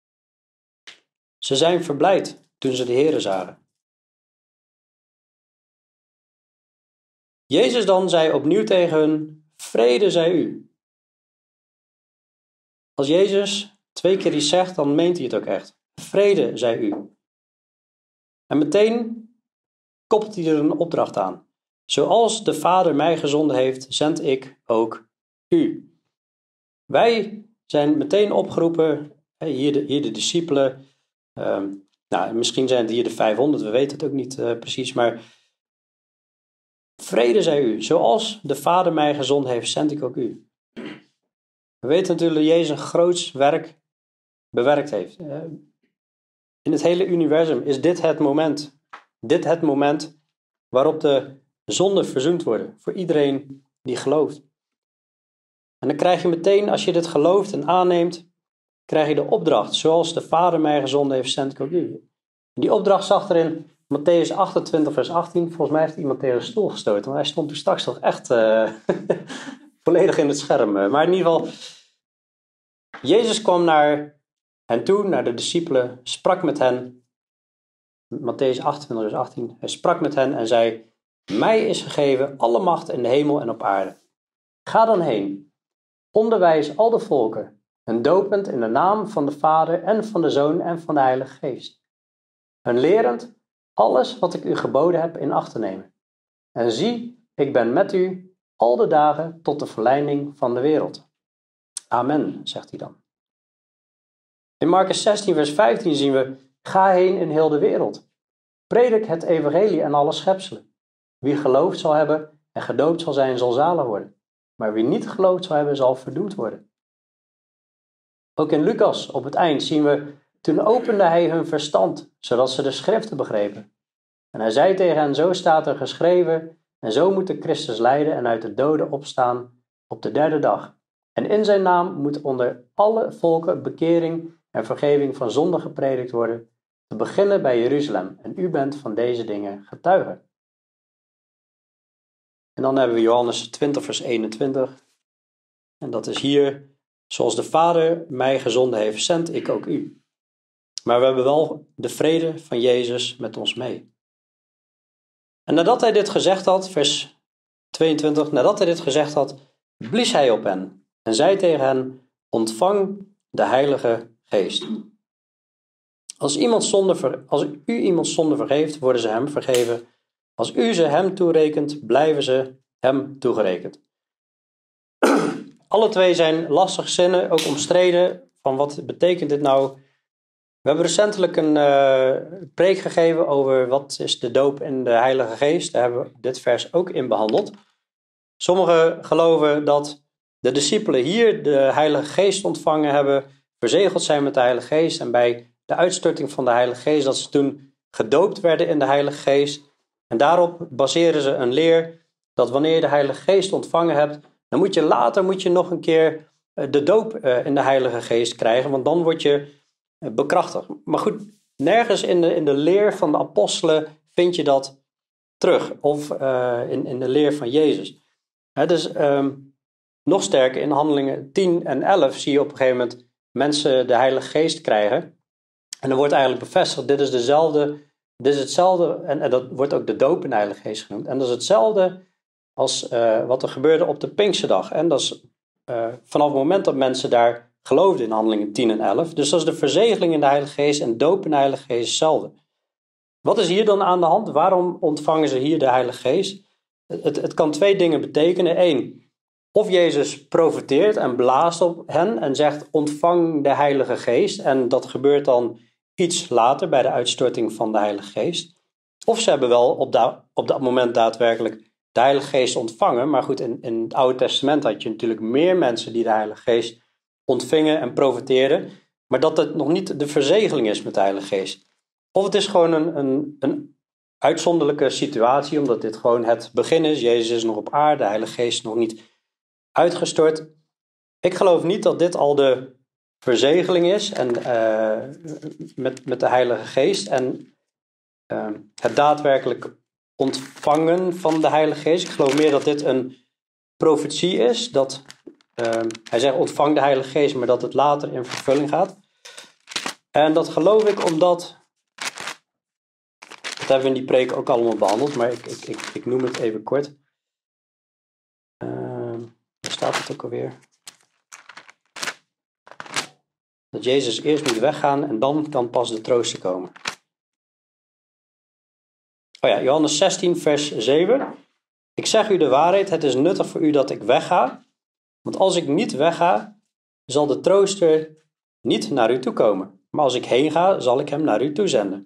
Ze zijn verblijd toen ze de Here zagen. Jezus dan zei opnieuw tegen hun, vrede zij u. Als Jezus twee keer iets zegt, dan meent hij het ook echt. Vrede zij u. En meteen koppelt hij er een opdracht aan. Zoals de Vader mij gezonden heeft, zend ik ook u. Wij zijn meteen opgeroepen, hier de, hier de discipelen, um, nou, misschien zijn het hier de vijfhonderd, we weten het ook niet uh, precies, maar vrede zij u, zoals de Vader mij gezonden heeft, zend ik ook u. We weten natuurlijk dat Jezus een groots werk bewerkt heeft. In het hele universum is dit het moment, dit het moment waarop de zonden verzoend worden voor iedereen die gelooft. En dan krijg je meteen, als je dit gelooft en aanneemt, krijg je de opdracht, zoals de Vader mij gezonden heeft, zend ik ook u. Die opdracht zag er in Matthäus achtentwintig vers achttien, volgens mij heeft iemand tegen een stoel gestoten, want hij stond toen straks toch echt uh, volledig in het scherm. Maar in ieder geval, Jezus kwam naar hen toe, naar de discipelen, sprak met hen, Matthäus achtentwintig vers achttien, hij sprak met hen en zei, mij is gegeven alle macht in de hemel en op aarde. Ga dan heen, onderwijs al de volken, en dopend in de naam van de Vader en van de Zoon en van de Heilige Geest. En lerend alles wat ik u geboden heb in acht te nemen. En zie, ik ben met u al de dagen tot de verleiding van de wereld. Amen, zegt hij dan. In Marcus zestien vers vijftien zien we, ga heen in heel de wereld. Predik het evangelie aan alle schepselen. Wie geloofd zal hebben en gedoopt zal zijn, zal zalig worden. Maar wie niet geloofd zal hebben, zal verdoemd worden. Ook in Lucas op het eind zien we, toen opende hij hun verstand, zodat ze de schriften begrepen. En hij zei tegen hen, zo staat er geschreven, en zo moet de Christus lijden en uit de doden opstaan op de derde dag. En in zijn naam moet onder alle volken bekering en vergeving van zonde gepredikt worden, te beginnen bij Jeruzalem. En u bent van deze dingen getuige. En dan hebben we Johannes twintig vers eenentwintig. En dat is hier, zoals de Vader mij gezonden heeft, zend ik ook u. Maar we hebben wel de vrede van Jezus met ons mee. En nadat hij dit gezegd had, vers tweeëntwintig, nadat hij dit gezegd had, blies hij op hen en zei tegen hen: ontvang de Heilige Geest. Als, iemand zonde ver, als u iemand zonde vergeeft, worden ze hem vergeven. Als u ze hem toerekent, blijven ze hem toegerekend. Alle twee zijn lastige zinnen, ook omstreden. Van wat betekent dit nou? We hebben recentelijk een uh, preek gegeven over wat is de doop in de Heilige Geest. Daar hebben we dit vers ook in behandeld. Sommigen geloven dat de discipelen hier de Heilige Geest ontvangen hebben, verzegeld zijn met de Heilige Geest en bij de uitstorting van de Heilige Geest, dat ze toen gedoopt werden in de Heilige Geest. En daarop baseren ze een leer dat wanneer je de Heilige Geest ontvangen hebt, dan moet je later moet je nog een keer de doop in de Heilige Geest krijgen, want dan word je bekrachtigd. Maar goed, nergens in de, in de leer van de apostelen vind je dat terug, of uh, in, in de leer van Jezus. He, dus um, nog sterker, in Handelingen tien en elf zie je op een gegeven moment mensen de Heilige Geest krijgen. En dan wordt eigenlijk bevestigd, dit is dezelfde, dit is hetzelfde, en, en dat wordt ook de doop in de Heilige Geest genoemd. En dat is hetzelfde als uh, wat er gebeurde op de Pinksterdag. En dat is uh, vanaf het moment dat mensen daar geloofden in Handelingen tien en elf. Dus dat is de verzegeling in de Heilige Geest en doop in de Heilige Geest hetzelfde. Wat is hier dan aan de hand? Waarom ontvangen ze hier de Heilige Geest? Het, het kan twee dingen betekenen. Eén, of Jezus profeteert en blaast op hen en zegt ontvang de Heilige Geest. En dat gebeurt dan iets later bij de uitstorting van de Heilige Geest. Of ze hebben wel op, da- op dat moment daadwerkelijk de Heilige Geest ontvangen. Maar goed, in, in het Oude Testament had je natuurlijk meer mensen die de Heilige Geest ontvingen en profeteerden. Maar dat het nog niet de verzegeling is met de Heilige Geest. Of het is gewoon een, een, een uitzonderlijke situatie, omdat dit gewoon het begin is. Jezus is nog op aarde, de Heilige Geest is nog niet uitgestort. Ik geloof niet dat dit al de verzegeling is en, uh, met, met de Heilige Geest. En uh, het daadwerkelijk ontvangen van de Heilige Geest. Ik geloof meer dat dit een profetie is. Dat, uh, hij zegt ontvang de Heilige Geest, maar dat het later in vervulling gaat. En dat geloof ik omdat... Dat hebben we in die preek ook allemaal behandeld, maar ik, ik, ik, ik noem het even kort. Uh, waar staat het ook alweer? Dat Jezus eerst moet weggaan en dan kan pas de trooster komen. Oh ja, Johannes zestien vers zeven. Ik zeg u de waarheid, het is nuttig voor u dat ik wegga. Want als ik niet wegga, zal de trooster niet naar u toe komen. Maar als ik heen ga, zal ik hem naar u toezenden.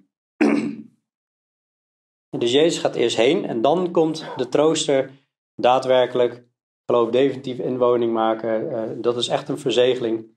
Dus Jezus gaat eerst heen en dan komt de trooster daadwerkelijk, geloof definitief inwoning maken. Uh, dat is echt een verzegeling.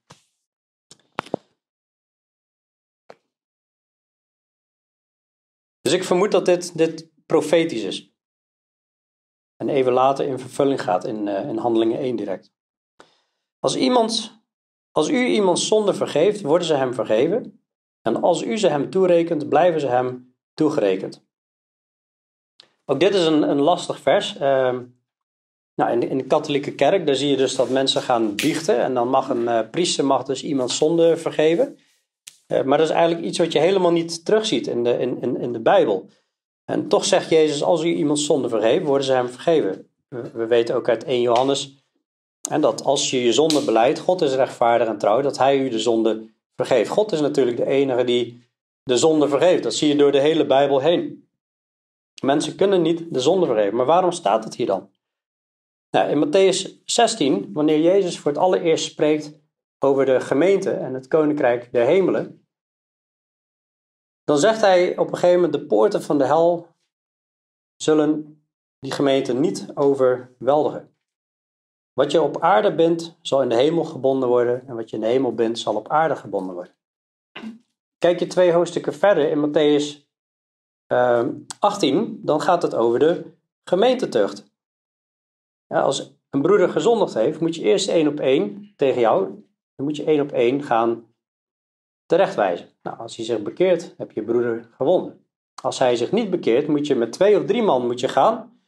Dus ik vermoed dat dit, dit profetisch is. En even later in vervulling gaat in, uh, in Handelingen één direct. Als, iemand, als u iemands zonde vergeeft, worden ze hem vergeven. En als u ze hem toerekent, blijven ze hem toegerekend. Ook dit is een, een lastig vers. Uh, nou, in, de, in de katholieke kerk, daar zie je dus dat mensen gaan biechten. En dan mag een uh, priester mag dus iemands zonde vergeven. Uh, maar dat is eigenlijk iets wat je helemaal niet terugziet in de, in, in, in de Bijbel. En toch zegt Jezus, als u iemands zonde vergeeft, worden ze hem vergeven. We, we weten ook uit eerste Johannes en dat als je je zonde belijdt, God is rechtvaardig en trouw, dat hij u de zonde vergeeft. God is natuurlijk de enige die de zonde vergeeft. Dat zie je door de hele Bijbel heen. Mensen kunnen niet de zonde vergeven. Maar waarom staat het hier dan? Nou, in Mattheüs zestien, wanneer Jezus voor het allereerst spreekt over de gemeente en het koninkrijk der hemelen, dan zegt hij op een gegeven moment, de poorten van de hel zullen die gemeente niet overweldigen. Wat je op aarde bindt, zal in de hemel gebonden worden, en wat je in de hemel bindt, zal op aarde gebonden worden. Kijk je twee hoofdstukken verder in Mattheüs uh, achttien, dan gaat het over de gemeentetucht. Ja, als een broeder gezondigd heeft, moet je eerst één op één tegen jou, dan moet je één op één gaan terechtwijzen. Nou, als hij zich bekeert, heb je broeder gewonnen. Als hij zich niet bekeert, moet je met twee of drie man moet je gaan.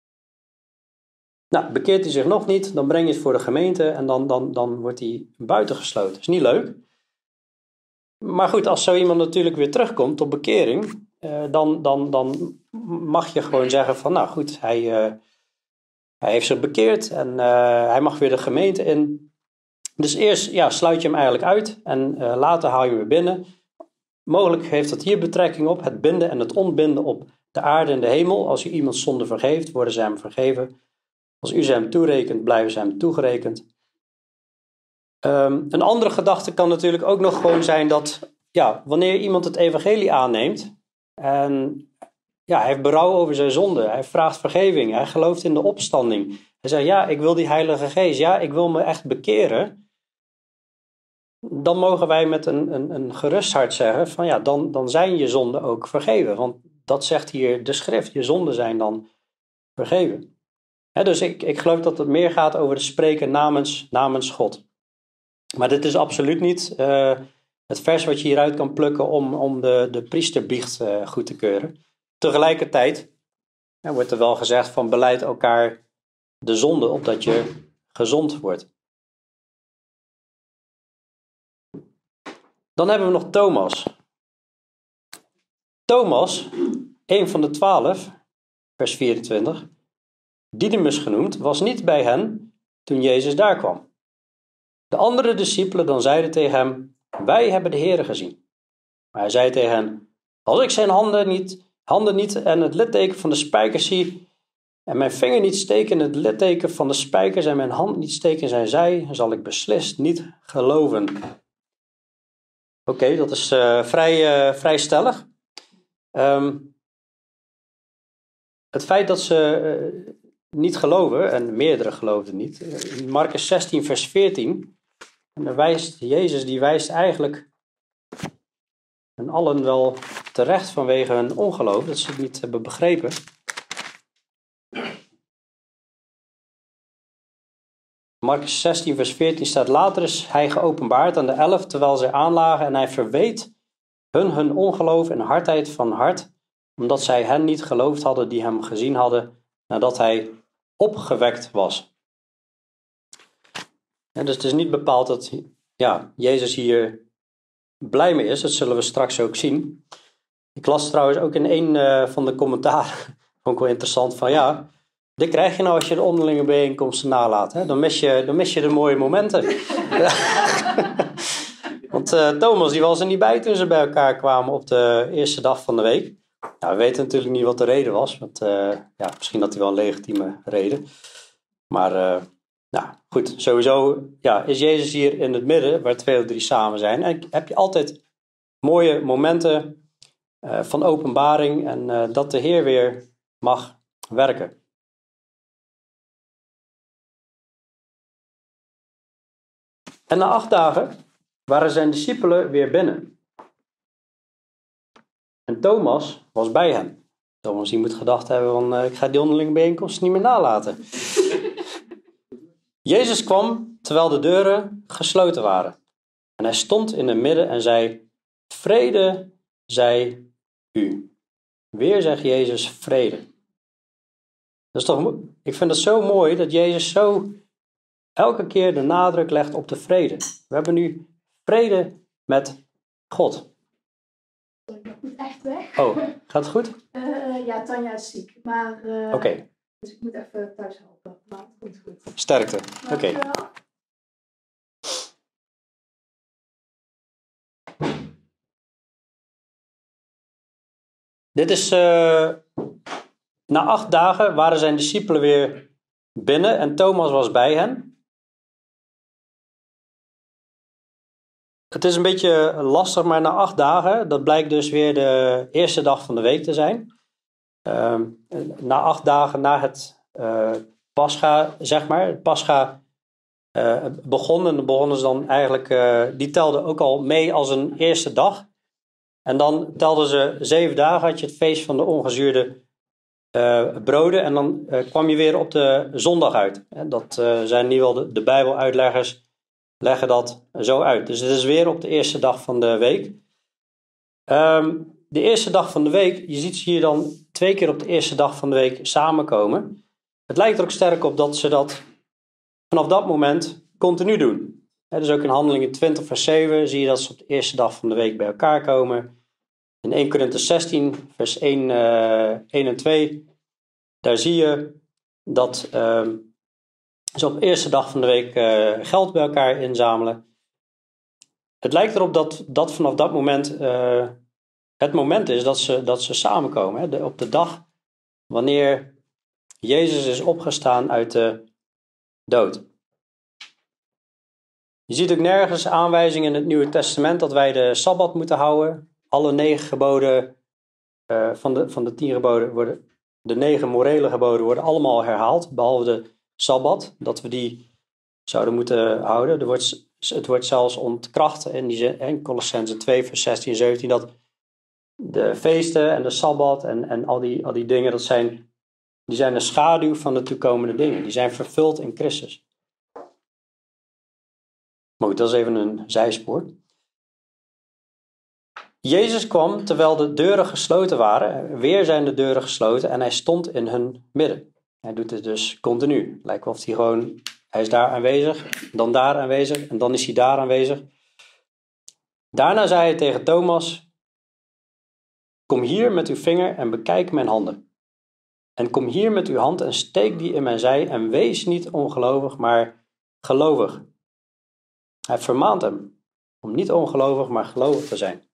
Nou, bekeert hij zich nog niet, dan breng je het voor de gemeente en dan, dan, dan wordt hij buitengesloten. Is niet leuk. Maar goed, als zo iemand natuurlijk weer terugkomt op bekering, uh, dan, dan, dan mag je gewoon zeggen van, nou goed, hij, uh, hij heeft zich bekeerd en uh, hij mag weer de gemeente in. Dus eerst ja, sluit je hem eigenlijk uit en uh, later haal je hem weer binnen. Mogelijk heeft dat hier betrekking op het binden en het ontbinden op de aarde en de hemel. Als u iemand zonde vergeeft, worden ze hem vergeven. Als u ze hem toerekent, blijven ze hem toegerekend. Um, een andere gedachte kan natuurlijk ook nog gewoon zijn dat ja, wanneer iemand het evangelie aanneemt en ja, hij heeft berouw over zijn zonde, hij vraagt vergeving, hij gelooft in de opstanding. Hij zegt ja, ik wil die Heilige Geest, ja, ik wil me echt bekeren. Dan mogen wij met een, een, een gerust hart zeggen van ja, dan, dan zijn je zonden ook vergeven. Want dat zegt hier de schrift, je zonden zijn dan vergeven. He, dus ik, ik geloof dat het meer gaat over het spreken namens, namens God. Maar dit is absoluut niet uh, het vers wat je hieruit kan plukken om, om de, de priesterbiecht uh, goed te keuren. Tegelijkertijd ja, wordt er wel gezegd van belijd elkaar de zonde opdat je gezond wordt. Dan hebben we nog Thomas. Thomas, een van de twaalf, vers vierentwintig, Didymus genoemd, was niet bij hen toen Jezus daar kwam. De andere discipelen dan zeiden tegen hem, wij hebben de Heere gezien. Maar hij zei tegen hen, als ik zijn handen niet, handen niet en het litteken van de spijkers zie, en mijn vinger niet steken in het litteken van de spijkers en mijn hand niet steken in zijn zij, zal ik beslist niet geloven. Oké, okay, dat is uh, vrij, uh, vrij stellig. Um, het feit dat ze uh, niet geloven, en meerdere geloofden niet, in Marcus zestien vers veertien, en dan wijst Jezus, die wijst eigenlijk en allen wel terecht vanwege hun ongeloof, dat ze het niet hebben begrepen. Marcus zestien vers veertien staat, later is hij geopenbaard aan de elf, terwijl zij aanlagen en hij verweet hun hun ongeloof en hardheid van hart, omdat zij hen niet geloofd hadden die hem gezien hadden nadat hij opgewekt was. En dus het is niet bepaald dat ja, Jezus hier blij mee is, dat zullen we straks ook zien. Ik las trouwens ook in een uh, van de commentaren, vond ik wel interessant, van ja, dit krijg je nou als je de onderlinge bijeenkomsten nalaat. Hè? Dan, mis je, dan mis je de mooie momenten. Want uh, Thomas die was er niet bij toen ze bij elkaar kwamen op de eerste dag van de week. Nou, we weten natuurlijk niet wat de reden was. Want uh, ja, misschien had hij wel een legitieme reden. Maar uh, nou, goed, sowieso ja, is Jezus hier in het midden waar twee of drie samen zijn. En heb je altijd mooie momenten uh, van openbaring en uh, dat de Heer weer mag werken. En na acht dagen waren zijn discipelen weer binnen. En Thomas was bij hen. Thomas die moet gedacht hebben van uh, ik ga die onderlinge bijeenkomst niet meer nalaten. Jezus kwam terwijl de deuren gesloten waren. En hij stond in het midden en zei, vrede zij u. Weer zegt Jezus vrede. Dat is toch, ik vind het zo mooi dat Jezus zo elke keer de nadruk legt op de vrede. We hebben nu vrede met God. Ik moet echt weg. Oh, gaat het goed? Uh, ja, Tanja is ziek. Maar, uh, Oké. Okay. Dus ik moet even thuis helpen. Maar het komt goed. Sterkte. Oké. Okay. Dit is, uh, na acht dagen waren zijn discipelen weer binnen en Thomas was bij hen. Het is een beetje lastig, maar na acht dagen, dat blijkt dus weer de eerste dag van de week te zijn. Uh, na acht dagen na het uh, Pascha, zeg maar, het Pascha uh, begon en begonnen ze dan eigenlijk, uh, die telden ook al mee als een eerste dag. En dan telden ze zeven dagen, had je het feest van de ongezuurde uh, broden en dan uh, kwam je weer op de zondag uit. En dat uh, zijn nu wel de, de Bijbeluitleggers leggen dat zo uit. Dus het is weer op de eerste dag van de week. Um, de eerste dag van de week, je ziet ze hier dan twee keer op de eerste dag van de week samenkomen. Het lijkt er ook sterk op dat ze dat vanaf dat moment continu doen. He, dus ook in Handelingen twintig vers zeven zie je dat ze op de eerste dag van de week bij elkaar komen. In eerste Korintiërs zestien vers één, uh, één en twee, daar zie je dat... Um, Dus op de eerste dag van de week uh, geld bij elkaar inzamelen. Het lijkt erop dat, dat vanaf dat moment uh, het moment is dat ze, dat ze samenkomen. Hè? De, op de dag wanneer Jezus is opgestaan uit de dood. Je ziet ook nergens aanwijzingen in het Nieuwe Testament dat wij de Sabbat moeten houden. Alle negen geboden uh, van, de, van de tien geboden worden, de negen morele geboden worden allemaal herhaald, behalve de Sabbat, dat we die zouden moeten houden. Er wordt, het wordt zelfs ontkracht in, die, in Colossenzen twee, vers zestien en zeventien, dat de feesten en de Sabbat en, en al, die, al die dingen, dat zijn, die zijn een schaduw van de toekomende dingen. Die zijn vervuld in Christus. Maar goed, dat is even een zijspoor. Jezus kwam terwijl de deuren gesloten waren. Weer zijn de deuren gesloten en hij stond in hun midden. Hij doet het dus continu. Lijkt wel of hij gewoon, hij is daar aanwezig, dan daar aanwezig en dan is hij daar aanwezig. Daarna zei hij tegen Thomas: kom hier met uw vinger en bekijk mijn handen. En kom hier met uw hand en steek die in mijn zij en wees niet ongelovig, maar gelovig. Hij vermaant hem om niet ongelovig, maar gelovig te zijn.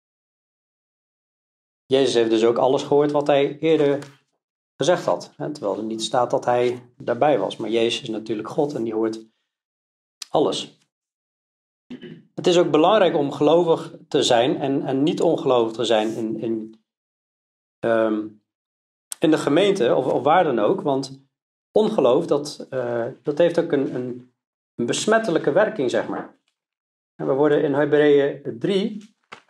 Jezus heeft dus ook alles gehoord wat hij eerder gezegd had. Hè, terwijl er niet staat dat hij daarbij was. Maar Jezus is natuurlijk God en die hoort alles. Het is ook belangrijk om gelovig te zijn en, en niet ongelovig te zijn in, in, um, in de gemeente of, of waar dan ook. Want ongeloof, dat, uh, dat heeft ook een, een, een besmettelijke werking, zeg maar. En we worden in Hebreeën drie...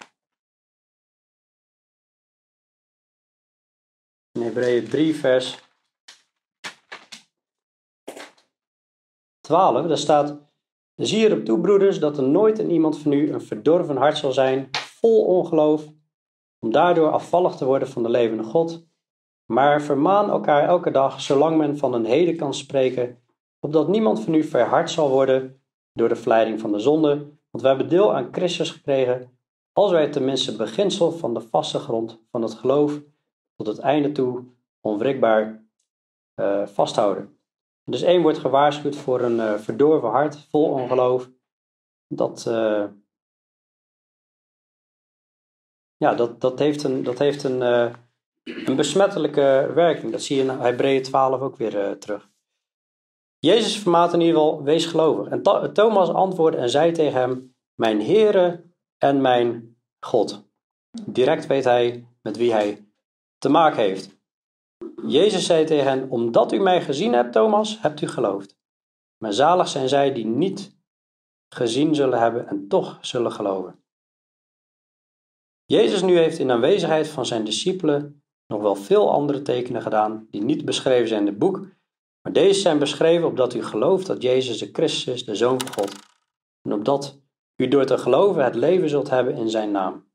In Hebreeën drie, vers twaalf, daar staat: zie erop toe, broeders, dat er nooit in iemand van u een verdorven hart zal zijn, vol ongeloof, om daardoor afvallig te worden van de levende God. Maar vermaan elkaar elke dag, zolang men van een heden kan spreken, opdat niemand van u verhard zal worden door de verleiding van de zonde. Want wij hebben deel aan Christus gekregen, als wij tenminste het beginsel van de vaste grond van het geloof tot het einde toe onwrikbaar uh, vasthouden. Dus één wordt gewaarschuwd voor een uh, verdorven hart, vol ongeloof. Dat, uh, ja, dat, dat heeft, een, dat heeft een, uh, een besmettelijke werking. Dat zie je in Hebreeën twaalf ook weer uh, terug. Jezus vermaat in ieder geval: wees gelovig. En Th- Thomas antwoordde en zei tegen hem: mijn Heere en mijn God. Direct weet hij met wie hij te maken heeft. Jezus zei tegen hen: omdat u mij gezien hebt, Thomas, hebt u geloofd. Maar zalig zijn zij die niet gezien zullen hebben en toch zullen geloven. Jezus nu heeft in aanwezigheid van zijn discipelen nog wel veel andere tekenen gedaan die niet beschreven zijn in het boek, maar deze zijn beschreven opdat u gelooft dat Jezus de Christus is, de Zoon van God, en opdat u door te geloven het leven zult hebben in zijn naam.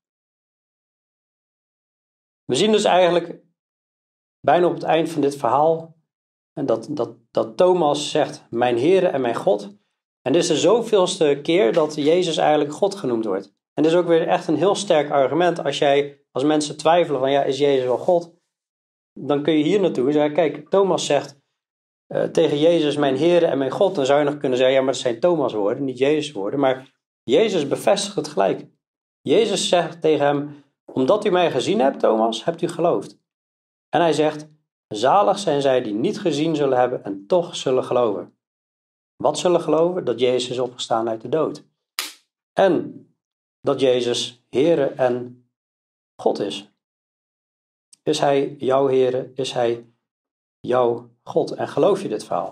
We zien dus eigenlijk bijna op het eind van dit verhaal en dat, dat, dat Thomas zegt: mijn Heere en mijn God. En dit is de zoveelste keer dat Jezus eigenlijk God genoemd wordt. En dit is ook weer echt een heel sterk argument. Als jij, als mensen twijfelen van ja, is Jezus wel God? Dan kun je hier naartoe en zeggen: kijk, Thomas zegt uh, tegen Jezus: mijn Heere en mijn God. Dan zou je nog kunnen zeggen: ja, maar dat zijn Thomas woorden, niet Jezus woorden. Maar Jezus bevestigt het gelijk. Jezus zegt tegen hem: omdat u mij gezien hebt, Thomas, hebt u geloofd. En hij zegt: zalig zijn zij die niet gezien zullen hebben en toch zullen geloven. Wat zullen geloven? Dat Jezus is opgestaan uit de dood. En dat Jezus Heere en God is. Is hij jouw Heere? Is hij jouw God? En geloof je dit verhaal?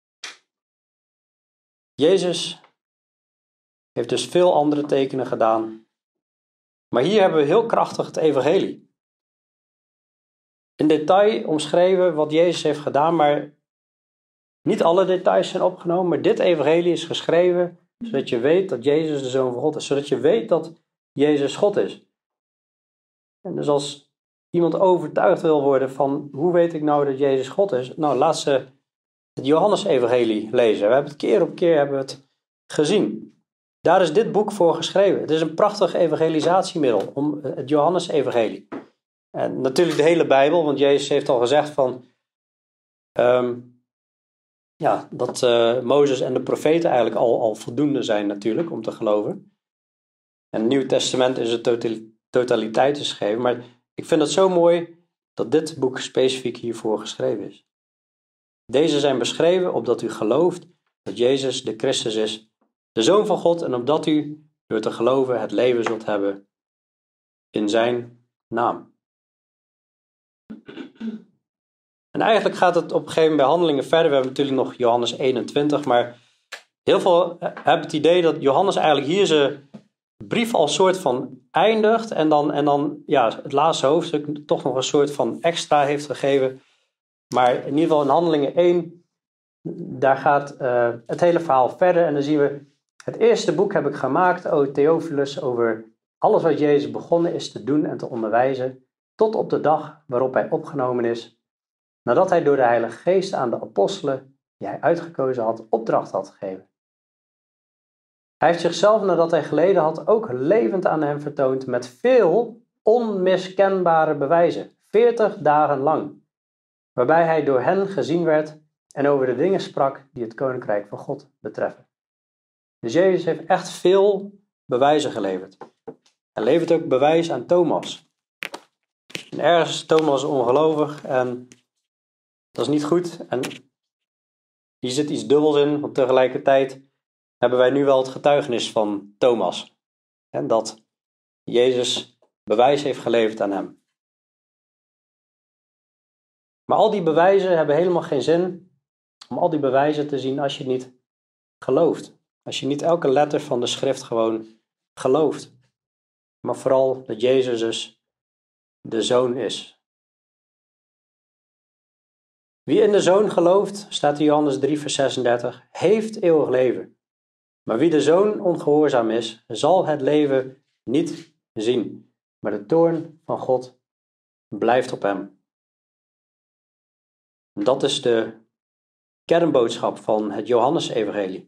Jezus heeft dus veel andere tekenen gedaan. Maar hier hebben we heel krachtig het evangelie. In detail omschreven wat Jezus heeft gedaan, maar niet alle details zijn opgenomen. Maar dit evangelie is geschreven zodat je weet dat Jezus de Zoon van God is. Zodat je weet dat Jezus God is. En dus als iemand overtuigd wil worden van hoe weet ik nou dat Jezus God is? Nou, laat ze het Johannes-evangelie lezen. We hebben het keer op keer hebben we het gezien. Daar is dit boek voor geschreven. Het is een prachtig evangelisatiemiddel, om het Johannes-evangelie. En natuurlijk de hele Bijbel, want Jezus heeft al gezegd van... Um, ja, dat uh, Mozes en de profeten eigenlijk al, al voldoende zijn natuurlijk om te geloven. En het Nieuw Testament is het total, totaliteit is gegeven. Maar ik vind het zo mooi dat dit boek specifiek hiervoor geschreven is. Deze zijn beschreven opdat u gelooft dat Jezus de Christus is, de Zoon van God, en opdat u door te geloven het leven zult hebben in zijn naam. En eigenlijk gaat het op een gegeven moment bij Handelingen verder. We hebben natuurlijk nog Johannes eenentwintig, maar heel veel hebben het idee dat Johannes eigenlijk hier zijn brief al soort van eindigt en dan, en dan ja, het laatste hoofdstuk toch nog een soort van extra heeft gegeven. Maar in ieder geval in Handelingen één, daar gaat uh, het hele verhaal verder en dan zien we, het eerste boek heb ik gemaakt, o Theophilus, over alles wat Jezus begonnen is te doen en te onderwijzen, tot op de dag waarop hij opgenomen is, nadat hij door de Heilige Geest aan de apostelen, die hij uitgekozen had, opdracht had gegeven. Hij heeft zichzelf, nadat hij geleden had, ook levend aan hen vertoond met veel onmiskenbare bewijzen, veertig dagen lang, waarbij hij door hen gezien werd en over de dingen sprak die het Koninkrijk van God betreffen. Dus Jezus heeft echt veel bewijzen geleverd. Hij levert ook bewijs aan Thomas. En ergens is Thomas ongelovig en dat is niet goed. En hier zit iets dubbels in, want tegelijkertijd hebben wij nu wel het getuigenis van Thomas. En dat Jezus bewijs heeft geleverd aan hem. Maar al die bewijzen hebben helemaal geen zin om al die bewijzen te zien als je niet gelooft. Als je niet elke letter van de schrift gewoon gelooft. Maar vooral dat Jezus dus de Zoon is. Wie in de Zoon gelooft, staat in Johannes drie vers zesendertig, heeft eeuwig leven. Maar wie de Zoon ongehoorzaam is, zal het leven niet zien. Maar de toorn van God blijft op hem. Dat is de kernboodschap van het Johannes-evangelie.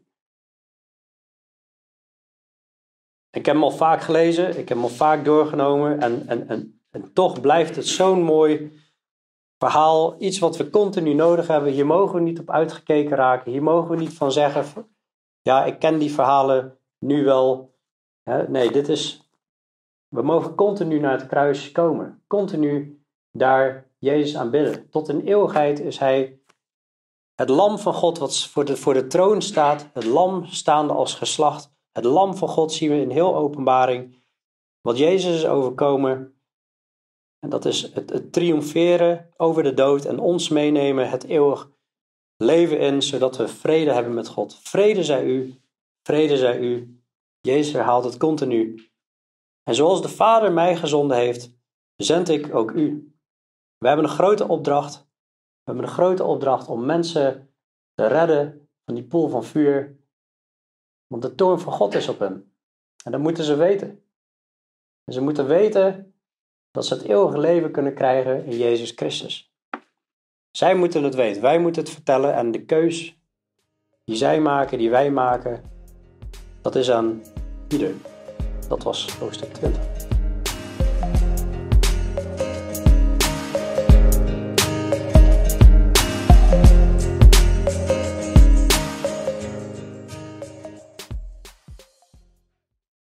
Ik heb hem al vaak gelezen, ik heb hem al vaak doorgenomen en, en, en, en toch blijft het zo'n mooi verhaal. Iets wat we continu nodig hebben. Hier mogen we niet op uitgekeken raken. Hier mogen we niet van zeggen, ja, ik ken die verhalen nu wel. Nee, dit is, we mogen continu naar het kruis komen. Continu daar Jezus aanbidden. Tot in eeuwigheid is hij het lam van God wat voor de, voor de troon staat. Het lam staande als geslacht. Het lam van God zien we in heel Openbaring. Wat Jezus is overkomen. En dat is het, het triomferen over de dood en ons meenemen het eeuwig leven in, zodat we vrede hebben met God. Vrede zij u, vrede zij u. Jezus herhaalt het continu. En zoals de Vader mij gezonden heeft, zend ik ook u. We hebben een grote opdracht. We hebben een grote opdracht om mensen te redden van die poel van vuur. Want de toorn van God is op hem. En dat moeten ze weten. En ze moeten weten dat ze het eeuwige leven kunnen krijgen in Jezus Christus. Zij moeten het weten. Wij moeten het vertellen. En de keus die zij maken, die wij maken, dat is aan ieder. Dat was hoofdstuk twintig.